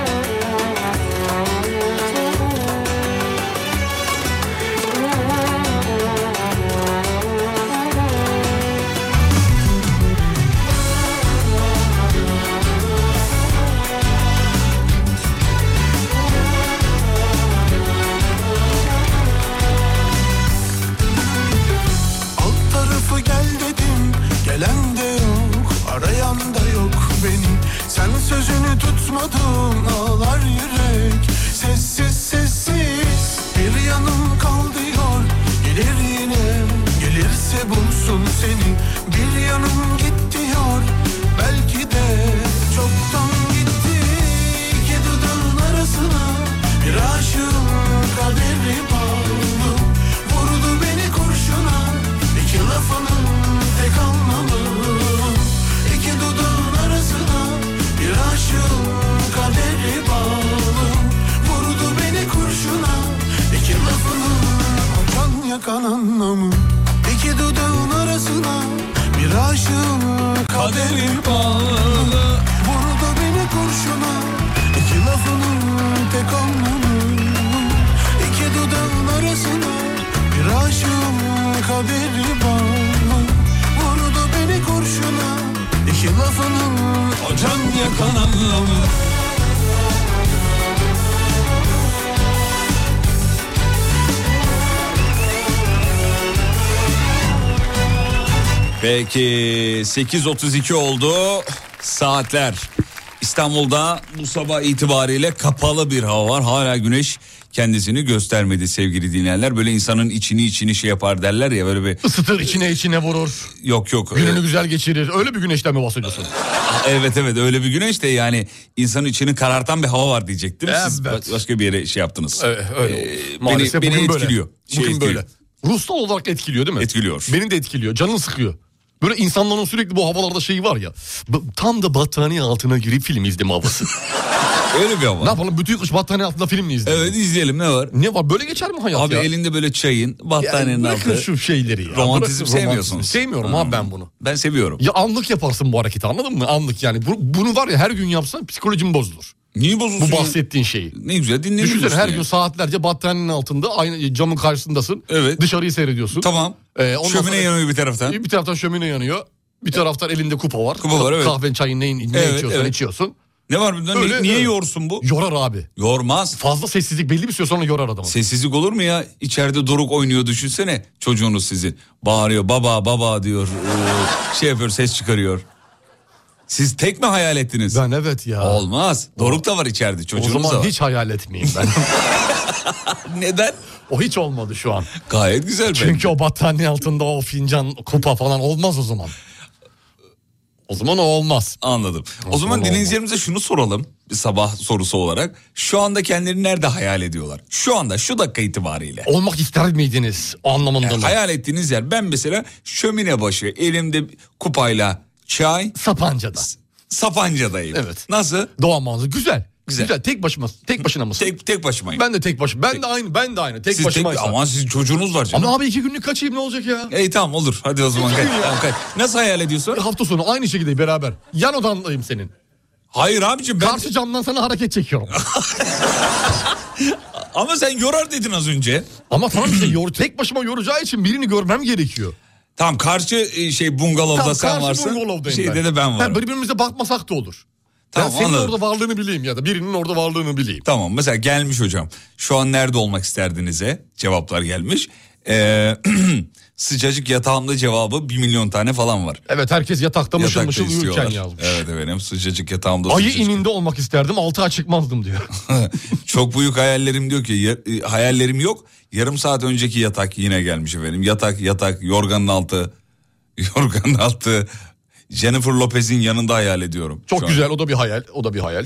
Alt tarafı gel dedim, gelen de yok, arayan da yok beni. Sen sözünü tutmadın, ağlar yürek, sessiz sessiz. Bir yanım kal diyor, gelir yine, gelirse bulsun seni. Bir yanım git diyor, belki de çoktan gitti. İki dudağın arasına bir aşığın kaderi bağlı. Vurdu beni kurşuna, iki lafının tek anlamı. İki dudağın arasına bir aşığın kaderi bağlı. Vurdu beni kurşuna, iki lafının açan yakan anlamı. İki dudağın arasına bir aşığın kaderi bağlı. Vurdu beni kurşuna, iki lafının tek anlamı. İki dudağın arasına bir aşığın kaderi bağlı. Vurdu beni kurşuna, iki lafının can yakan anlamı. Peki sekiz otuz iki oldu saatler. İstanbul'da bu sabah itibariyle kapalı bir hava var. Hala güneş kendisini göstermedi sevgili dinleyenler. Böyle insanın içini içini şey yapar derler ya, böyle bir... Isıtır, içine içine vurur. Yok yok. Gününü öyle... güzel geçirir. Öyle bir güneşten mi bahsediyorsun? Evet evet, öyle bir güneş de yani insanın içini karartan bir hava var diyecektim. Siz Evet. başka bir yere şey yaptınız. Evet, öyle. Ee, Maalesef beni, bugün beni böyle. etkiliyor. Şey Bugün etkiliyor. böyle. ruhsal olarak etkiliyor değil mi? Etkiliyor. Beni de etkiliyor. Canını sıkıyor. Böyle insanların sürekli bu havalarda şeyi var ya. Tam da battaniye altına girip film izleme havası. Öyle bir hava. Ne yapalım, bütün kış battaniye altında film mi izleyelim? Evet, izleyelim, ne var? Ne var, böyle geçer mi hayat abi ya? Abi elinde böyle çayın, battaniyenin yani altı. şu şeyleri ya. Romantizm Bırakın, sevmiyorsunuz. romantizm. Sevmiyorum hmm. abi ben bunu. Ben seviyorum. Ya anlık yaparsın bu hareketi, anladın mı? Anlık yani. Bu, bunu var ya, her gün yapsan psikolojim bozulur. Niye bozulsun? Bu bahsettiğin şeyi. Ne güzel dinleniyorsun. Düşünsene her yani. gün saatlerce battaniyenin altında aynı camın karşısındasın. Evet. Dışarıyı seyrediyorsun. Tamam. Ee, şömine sonra, yanıyor bir taraftan. Bir taraftan şömine yanıyor. Bir taraftan elinde kupa var. Kupa var, evet. Kahven, çayın neyin, ne evet, içiyorsan evet. içiyorsun. Ne var bunda? Öyle, niye öyle. Yorsun bu? Yorar abi. Yormaz. Fazla sessizlik belli bir süre sonra yorar adamı. Sessizlik olur mu ya? İçeride Doruk oynuyor, düşünsene. Çocuğunuz sizin. Bağırıyor, baba baba diyor. Ee, şey yapıyor, ses çıkarıyor. Siz tek mi hayal ettiniz? Ben evet ya. Olmaz. Doruk da var içeride, çocuğunuz da var. O zaman hiç hayal etmeyeyim ben. Neden? O hiç olmadı şu an. Gayet güzel. Çünkü bence. o battaniye altında o fincan, kupa falan olmaz o zaman. O zaman o olmaz. Anladım. O, o zaman dinleyicilerimize şunu soralım. Bir sabah sorusu olarak. Şu anda kendilerini nerede hayal ediyorlar? Şu anda, şu dakika itibariyle. Olmak ister miydiniz? O anlamında yani mı? Hayal ettiğiniz yer. Ben mesela şömine başı, elimde kupayla çay. Sapanca'da. Sapanca'dayım. Evet. Nasıl? Doğa manzarası. Güzel. Güzel. Güzel. Tek başıma, tek başına mısın? tek tek başımayım. Ben de tek başıma. Ben tek. de aynı, ben de aynı. Tek siz başımaysa. Tek, ama sizin çocuğunuz var canım. Ama abi iki günlük kaçayım, ne olacak ya? İyi tamam olur. Hadi o zaman kaç. Tamam, kaç. Nasıl hayal ediyorsun? Bir hafta sonu aynı şekilde beraber. Yan odandayım senin. Hayır abicim ben... Karşı camdan sana hareket çekiyorum. Ama sen yorar dedin az önce. Ama tamam işte yor, tek başıma yoracağı için birini görmem gerekiyor. Tamam, karşı şey bungalovda tamam, sen varsın. Şeyde ben. de ben varım. Ha, birbirimize bakmasak da olur. Tamam, ben senin anladım. orada varlığını bileyim ya da birinin orada varlığını bileyim. Tamam, mesela gelmiş hocam. Şu an nerede olmak isterdiniz'e cevaplar gelmiş. Ee, sıcacık yatağımda cevabı bir milyon tane falan var. Evet, herkes yatakta mışıl Yatakta mışıl uyurken yazmış. Evet efendim, sıcacık yatağımda. Ayı sıcacık. ininde olmak isterdim, altı ay çıkmazdım diyor. Çok büyük hayallerim diyor ki ya, hayallerim yok. Yarım saat önceki yatak yine gelmiş efendim. Yatak yatak yorganın altı yorganın altı. Jennifer Lopez'in yanında hayal ediyorum. Çok güzel an. o da bir hayal o da bir hayal.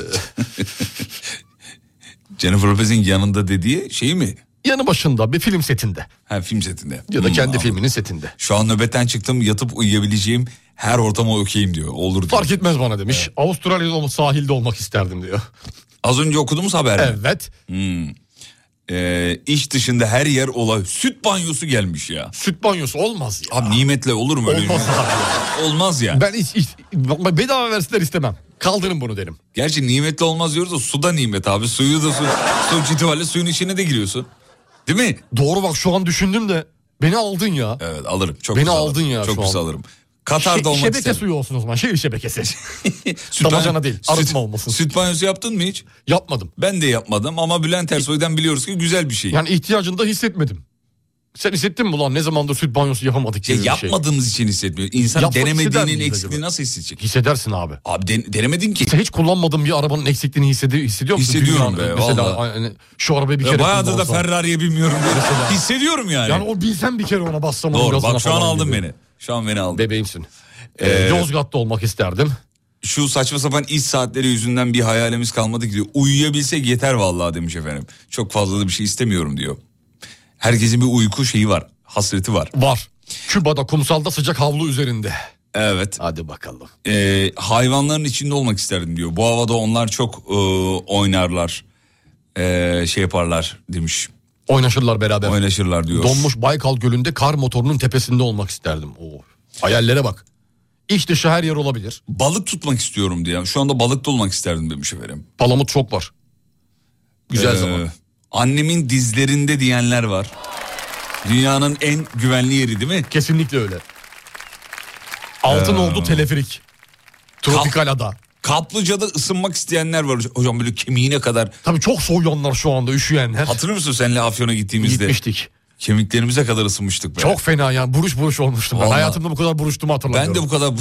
Jennifer Lopez'in yanında dediği şey mi? Yanı başında bir film setinde. Ha, film setinde. Ya da hmm, kendi anladım. filminin setinde. Şu an nöbetten çıktım, yatıp uyuyabileceğim her ortama okeyim diyor. Olur diyor. Fark etmez bana demiş. Evet. Avustralya'da sahilde olmak isterdim diyor. Az önce okuduğumuz haber mi? Evet. Hmm. Ee, iş dışında her yer olay. Süt banyosu gelmiş ya. Süt banyosu olmaz ya. Abi nimetle olur mu öyle? Olmaz abi. Olmaz ya. Ben hiç, hiç bedava versinler istemem. Kaldırın bunu derim. Gerçi nimetli olmaz diyoruz da su da nimet abi. Suyu da su. Sonuç itibariyle suyun içine de giriyorsun. Değil mi? Doğru, bak şu an düşündüm de beni aldın ya. Evet alırım. Çok beni güzel aldın alırım. ya Çok şu güzel an. alırım. Katar'da olmak Şebeke isterim. suyu olsun o zaman. Şehir şebekesi. Süt Damacana değil. Arıtma süt, olmasın. Süt banyosu yaptın mı hiç? Yapmadım. Ben de yapmadım ama Bülent Ersoy'dan biliyoruz ki güzel bir şey. Yani ihtiyacını da hissetmedim. Sen hissettin mi ulan, ne zamandır süt banyosu yapamadık gibi ya bir şey. Yapmadığımız için hissetmiyor. İnsan Yapmak denemediğinin eksikliğini nasıl hissedecek? Hissedersin abi. Abi de, denemedin ki. Sen hiç kullanmadığın bir arabanın eksikliğini hissediyor, hissediyor musun? Hissediyorum Dünyada? be Mesela vallahi. hani şu arabayı bir ya kere bayağıdır da kullansam. Ferrari'ye binmiyorum diye. Hissediyorum yani. Yani o bilsen bir kere ona bassam. Doğru, bak şu an aldın beni. Şu an beni aldın. Bebeğimsin. Ee, ee, Yozgat'ta olmak isterdim. Şu saçma sapan iş saatleri yüzünden bir hayalimiz kalmadı ki diyor. Uyuyabilsek yeter vallahi demiş efendim. Çok fazla da bir şey istemiyorum diyor. Herkesin bir uyku şeyi var. Hasreti var. Var. Küba'da kumsalda sıcak havlu üzerinde. Evet. Hadi bakalım. Ee, hayvanların içinde olmak isterdim diyor. Bu havada onlar çok e, oynarlar. E, şey yaparlar demiş. Oynaşırlar beraber. Oynaşırlar diyor. Donmuş Baykal Gölü'nde kar motorunun tepesinde olmak isterdim. Oo. Hayallere bak. İç dışı her yer olabilir. Balık tutmak istiyorum diye. Şu anda balıkta olmak isterdim demiş efendim. Palamut çok var. Güzel ee, zaman. Annemin dizlerinde diyenler var. Dünyanın en güvenli yeri değil mi? Kesinlikle öyle. Altınordu ee, teleferik. Tropikal ada. Kaplıca'da ısınmak isteyenler var hocam, böyle kemiğine kadar. Tabii çok soğuyanlar şu anda, üşüyenler. Hatırlıyor musun seninle Afyon'a gittiğimizde? Gitmiştik. Kemiklerimize kadar ısınmıştık be. Çok fena yani, buruş buruş olmuştum. Ben hayatımda bu kadar buruştuğumu hatırlamıyorum. Ben de bu kadar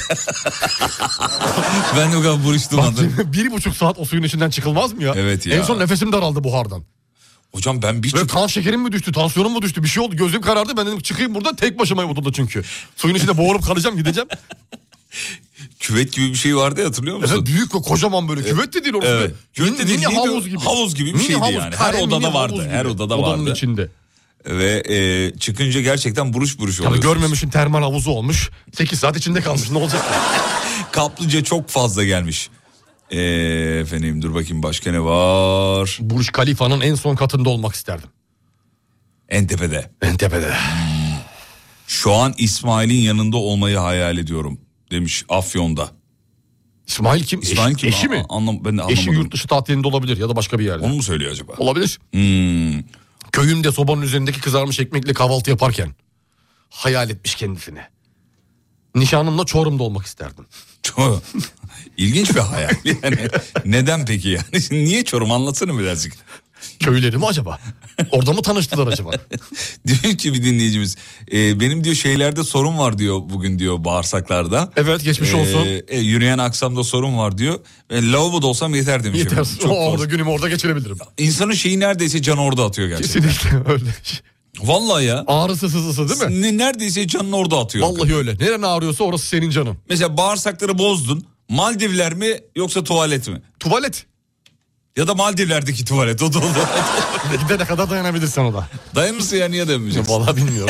Ben de bu kadar buruştum hatırlamıyorum. Bir buçuk saat o suyun içinden çıkılmaz mı ya? Evet ya. En son nefesim daraldı buhardan. Hocam ben bir Böyle kan şekerim mi düştü, tansiyonum mu düştü, bir şey oldu, gözüm karardı. Ben dedim çıkayım buradan, tek başımayım odada çünkü. Suyun içinde boğulup kalacağım, gideceğim. Küvet gibi bir şey vardı ya, hatırlıyor musun? Evet, büyük ve kocaman böyle, küvet de değil orası. Evet. Küvet de değil, mini havuz gibi. Havuz gibi bir mini şeydi havuz, yani. kare, Her odada mini vardı. havuz gibi. Her odada Odanın vardı. içinde. Ve e, çıkınca gerçekten buruş buruş oluyor. Tabii görmemişin termal havuzu olmuş. sekiz saat içinde kalmış, ne olacak? Kaplıca çok fazla gelmiş. E, efendim dur bakayım başka ne var? Burj Khalifa'nın en son katında olmak isterdim. En tepede. En tepede. Şu an İsmail'in yanında olmayı hayal ediyorum demiş Afyon'da. İsmail kim? İsmail Eş, kim? Eşi mi? Anlam, ben de anlamadım. Eşi yurt dışı tatilinde olabilir ya da başka bir yerde. Onu mu söylüyor acaba? Olabilir. Hmm. Köyümde sobanın üzerindeki kızarmış ekmekle kahvaltı yaparken hayal etmiş kendisini. Nişanımla Çorum'da olmak isterdim. Çok ilginç bir hayal. Yani neden peki yani? Niye Çorum, anlatsana birazcık. Köyleri mi acaba? Orada mı tanıştılar acaba? Diyor ki bir dinleyicimiz, e, benim diyor şeylerde sorun var diyor bugün diyor, bağırsaklarda. Evet, geçmiş olsun. E, e, yürüyen aksamda sorun var diyor. E, lavaboda olsam yeter demiş. Yeter. Çok orada günümü orada geçirebilirim. İnsanın şeyi neredeyse canı orada atıyor gerçekten. Kesinlikle öyle. Vallahi ya. Ağrısı sızısı değil mi? Ne, neredeyse canını orada atıyor. Vallahi öyle. Neren ağrıyorsa orası senin canın. Mesela bağırsakları bozdun. Maldivler mi yoksa tuvalet mi? Tuvalet. Ya da Maldivler'deki tuvalet. O da oldu. Gidene kadar dayanabilirsin o da. Dayanırsın ya, niye dayanmayacaksın? Vallahi bilmiyorum.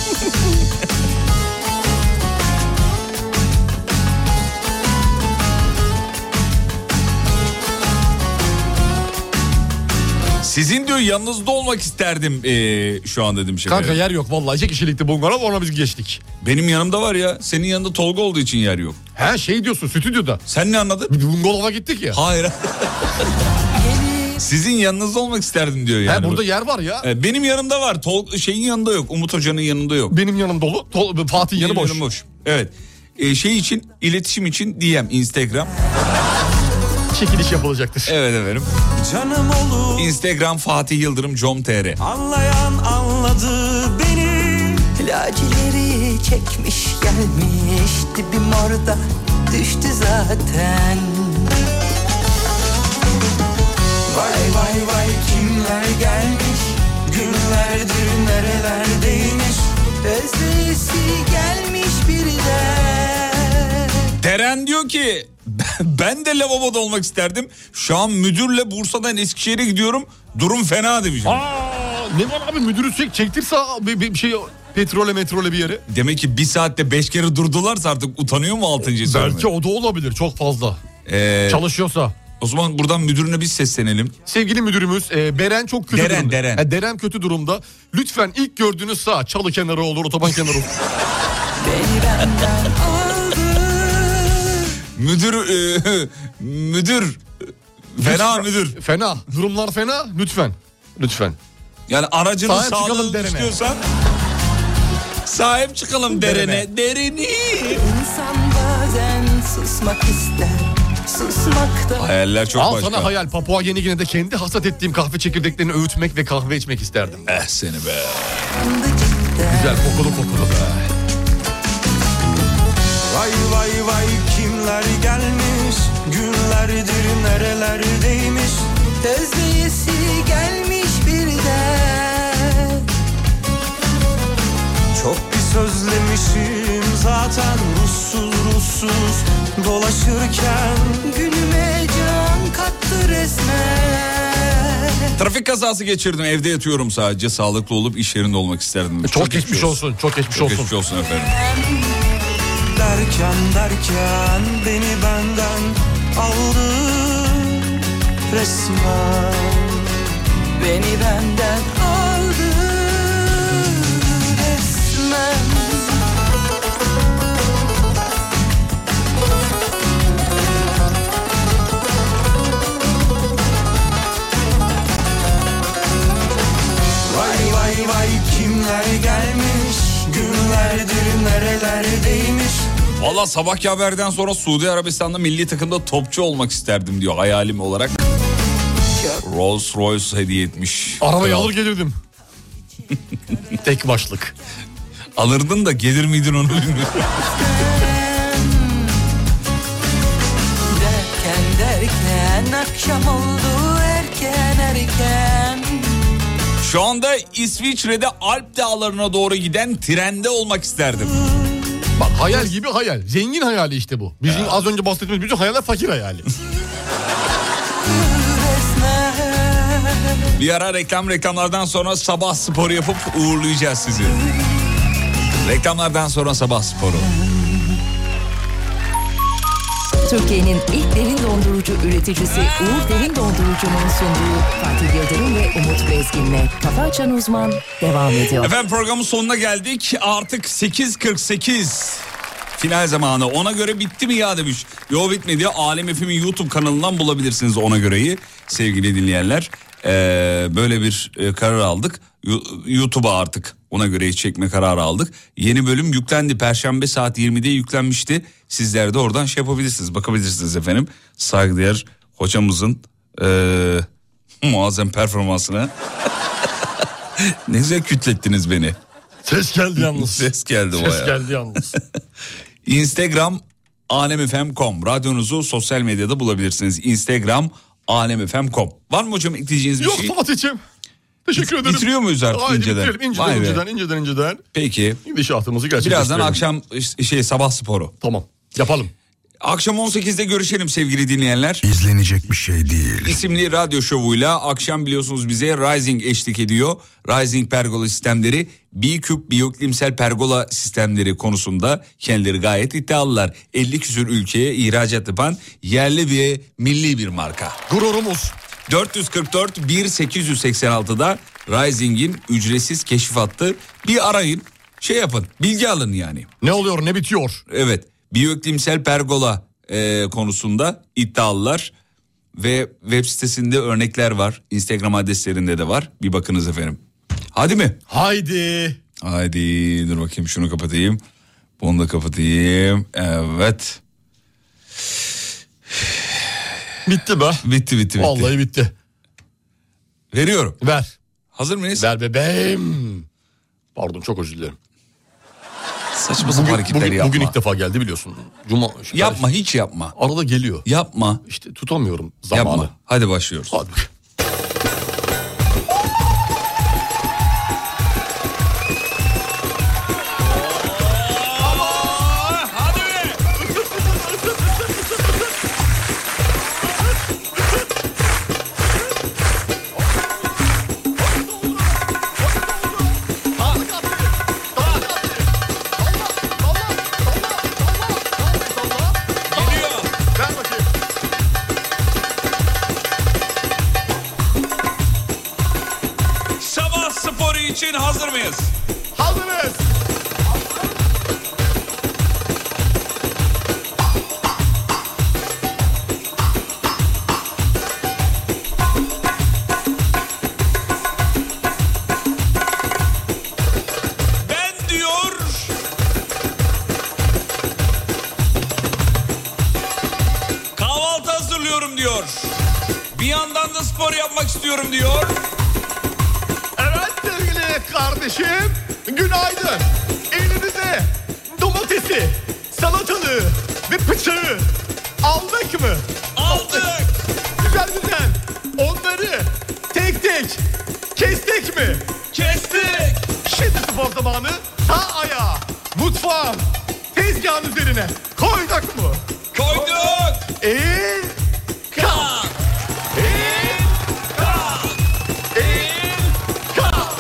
Sizin diyor yanınızda olmak isterdim ee, şu an dedim şey. Kanka yer yok vallahi. İki kişilikti bungalov, ona biz geçtik. Benim yanımda var ya. Senin yanında Tolga olduğu için yer yok. He şey diyorsun, stüdyoda. Sen ne anladın? Bungalova gittik ya. Hayır. Sizin yanınızda olmak isterdim diyor yani. He burada yer var ya. Ee, benim yanımda var. Tol şeyin yanında yok. Umut Hoca'nın yanında yok. Benim yanım dolu. Tol Fatih'in yanı boş. Yanım boş. Evet. Ee, şey için, iletişim için D M, Instagram. Çekiliş yapılacaktır. Evet efendim. Canım olur. Instagram Fatih Yıldırım com nokta tr. Anlayan anladı beni. Lacileri çekmiş gelmiş, dibim orada düştü zaten. Vay vay vay kimler gelmiş, günlerdir nerelerdeymiş. Özlesi gelmiş birden. Deren diyor ki ben de lavaboda olmak isterdim. Şu an müdürle Bursa'dan Eskişehir'e gidiyorum. Durum fena demiş. Aa, ne var abi, müdürü çek, çektirse bir, bir şey petrole metrole bir yere. Demek ki bir saatte beş kere durdularsa artık utanıyor mu altıncıyı söylemeye? Belki o da olabilir, çok fazla. Ee, Çalışıyorsa. O zaman buradan müdürüne biz seslenelim. Sevgili müdürümüz e, Beren çok kötü Deren, durumda. Deren. E, Deren kötü durumda. Lütfen ilk gördüğünüz sağ, çalı kenarı olur, otoban kenarı olur. Beni benden aldı. Müdür, e, müdür, fena müdür. Fena, durumlar fena, lütfen. Lütfen. Yani aracının Sahip çıkalım sağlığını derene. istiyorsan sahip çıkalım derene. Dereni. İnsan bazen susmak ister, susmak da. Hayaller çok Al başka. sana hayal, Papua Yeni Gine'de kendi hasat ettiğim kahve çekirdeklerini öğütmek ve kahve içmek isterdim. Eh seni be. Güzel kokulu kokulu be. Vay vay vay kimler gelmiş, günlerdir nerelerdeymiş. Özleyesi gelmiş birden. Çok bir sözlemişim zaten ruhsuz ruhsuz dolaşırken. Günüme can kattı resmen. Trafik kazası geçirdim, evde yatıyorum sadece. Sağlıklı olup iş yerinde olmak isterdim. Çok, çok geçmiş olsun. olsun. Çok geçmiş çok olsun. Geçmiş olsun efendim. Derken derken beni benden aldı resmen. Beni benden aldı resmen. Vay vay vay kimler gelmiş, günlerdir nerelerdeymiş. Valla sabahki haberden sonra Suudi Arabistan'da milli takımda topçu olmak isterdim diyor hayalim olarak. Rolls Royce hediye etmiş. Arabayı alır gelirdim. Tek başlık. Alırdın da gelir miydin onu bilmiyorum. Derken derken akşam oldu erken erken. Şu anda İsviçre'de Alp dağlarına doğru giden trende olmak isterdim. Bak hayal gibi hayal. Zengin hayali işte bu. Bizim ya. Az önce bahsettiğimiz bütün hayaller fakir hayali. Bir ara reklam reklamlardan sonra sabah sporu yapıp uğurlayacağız sizi. Reklamlardan sonra sabah sporu. Türkiye'nin ilk derin dondurucu üreticisi Uğur Derin Dondurucu'nun sunduğu Fatih Yıldırım ve Umut Bezgin'le Kafa Açan Uzman devam ediyor. Efendim programın sonuna geldik. Artık sekiz kırk sekiz final zamanı. Ona göre bitti mi ya demiş. Yo bitmedi. Alem F M'in YouTube kanalından bulabilirsiniz ona göreyi sevgili dinleyenler. Ee, böyle bir e, karar aldık. YouTube'a artık ona göre çekme kararı aldık. Yeni bölüm yüklendi. Perşembe saat yirmide yüklenmişti. Sizler de oradan şey yapabilirsiniz. Bakabilirsiniz efendim. Saygıdeğer hocamızın e, muazzam performansına. Ne güzel kütlettiniz beni. Ses geldi yalnız. Ses geldi Ses bayağı. geldi yalnız. Instagram alemfm nokta com. Radyonuzu sosyal medyada bulabilirsiniz. Instagram alemfm nokta com. Var mı hocam ekleyeceğiniz bir Yok, şey? Yok Fatih'ciğim. Teşekkür ederim. Bitiriyor muyuz artık Haydi inceden? bitirelim. İnceden, Vay be. inceden, inceden, inceden. Peki. İnşaatımızı gerçekleştirelim. Birazdan akşam şey sabah sporu. Tamam. Yapalım. Akşam on sekizde görüşelim sevgili dinleyenler. İzlenecek bir şey değil. İsimli radyo şovuyla akşam biliyorsunuz bize Rising eşlik ediyor. Rising pergola sistemleri, B-Cube biyoklimsel pergola sistemleri konusunda kendileri gayet iddialılar. elli küsur ülkeye ihracat yapan yerli ve milli bir marka. Gururumuz. dört yüz kırk dört bir sekiz yüz seksen altıda Rising'in ücretsiz keşif hattı. Bir arayın, şey yapın, bilgi alın yani. Ne oluyor, ne bitiyor? Evet. Biyoklimsel pergola e, konusunda iddialılar ve web sitesinde örnekler var. Instagram adreslerinde de var. Bir bakınız efendim. Hadi mi? Haydi. Haydi dur bakayım şunu kapatayım. Bunu da kapatayım. Evet. Bitti be. Bitti bitti bitti. Vallahi bitti. Veriyorum. Ver. Hazır mıyız? Ver bebeğim. Pardon, çok özür dilerim. Saçma sapan hareketler bugün, yapma. Bugün ilk defa geldi biliyorsun. Cuma. Yapma, hiç yapma. Arada geliyor. Yapma. İşte tutamıyorum zamanı. Yapma. Hadi başlıyoruz. Hadi. için hazır mıyız? Hazırız. Ben diyor kahvaltı hazırlıyorum diyor. Bir yandan da spor yapmak istiyorum diyor. Kardeşim günaydın. Elinize domatesi, salatalığı ve bıçağı aldık mı? Aldık. Güzel güzel. Onları tek tek kestik mi? Kestik. Şimdi spor zamanı. Sağ ayağı mutfağın tezgahın üzerine koyduk mu? Koyduk. El kalk. El kalk. El kalk.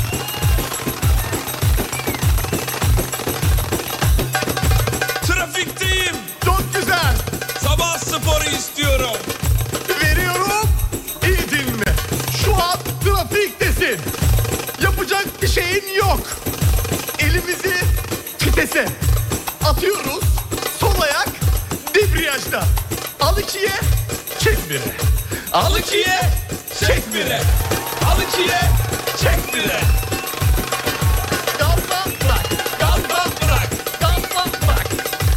Trafikteyim. Çok güzel. Sabah sporu istiyorum. Veriyorum. İyi dinle. Şu an trafiktesin. Yapacak bir şeyin yok. Elimizi vitese atıyoruz. Sol ayak debriyajda. Al ikiye, çek bire. Al ikiye, çek bire. Al ikiye, çek bire. Gazdan bırak. Gazdan bırak. Gazdan bırak.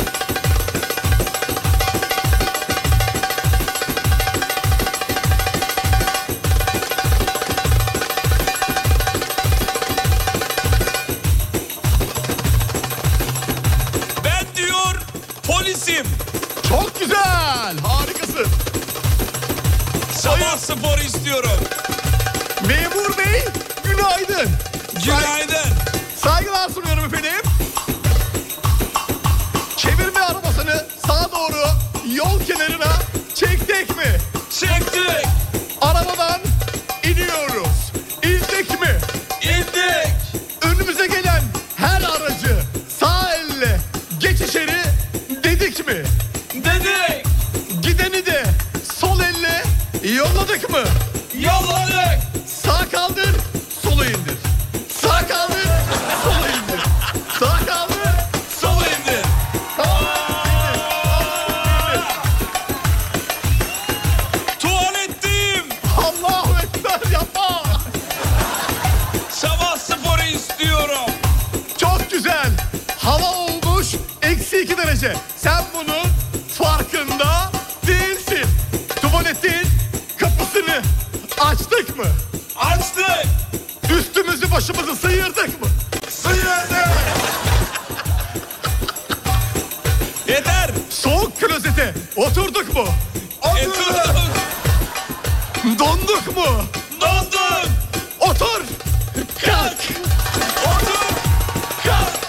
Ben diyor polisim. Çok güzel. Harikasın. Sabah sporu istiyorum. Memur bey, günaydın. Günaydın. Saygılar sunuyorum efendim. Çevirme arabasını sağa doğru yol kenarına çektik mi? Çektik. Arabadan iniyorum. Yolladık mı? Yolladık. Sağ kaldır, sola indir. Sağ kaldır, sola indir. Sağ kaldır, sola indir. Tuvaletteyim. Allahu Ekber, yapma. Sabah sporu istiyorum. Çok güzel. Hava olmuş eksi iki derece. Sen bunun farkında değilsin. Tuvaletin kapısını açtık mı? Açtık. Üstümüzü başımızı sıyırdık mı? Sıyırdık. Yeter. Soğuk klozete oturduk mu? Oturduk. Donduk mu? Donduk. Otur. Kalk. Otur. Kalk.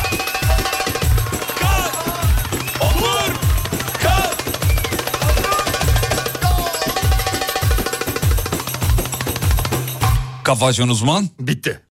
Kalk. Otur. Kalk. Kafa Açan Uzman Bitti.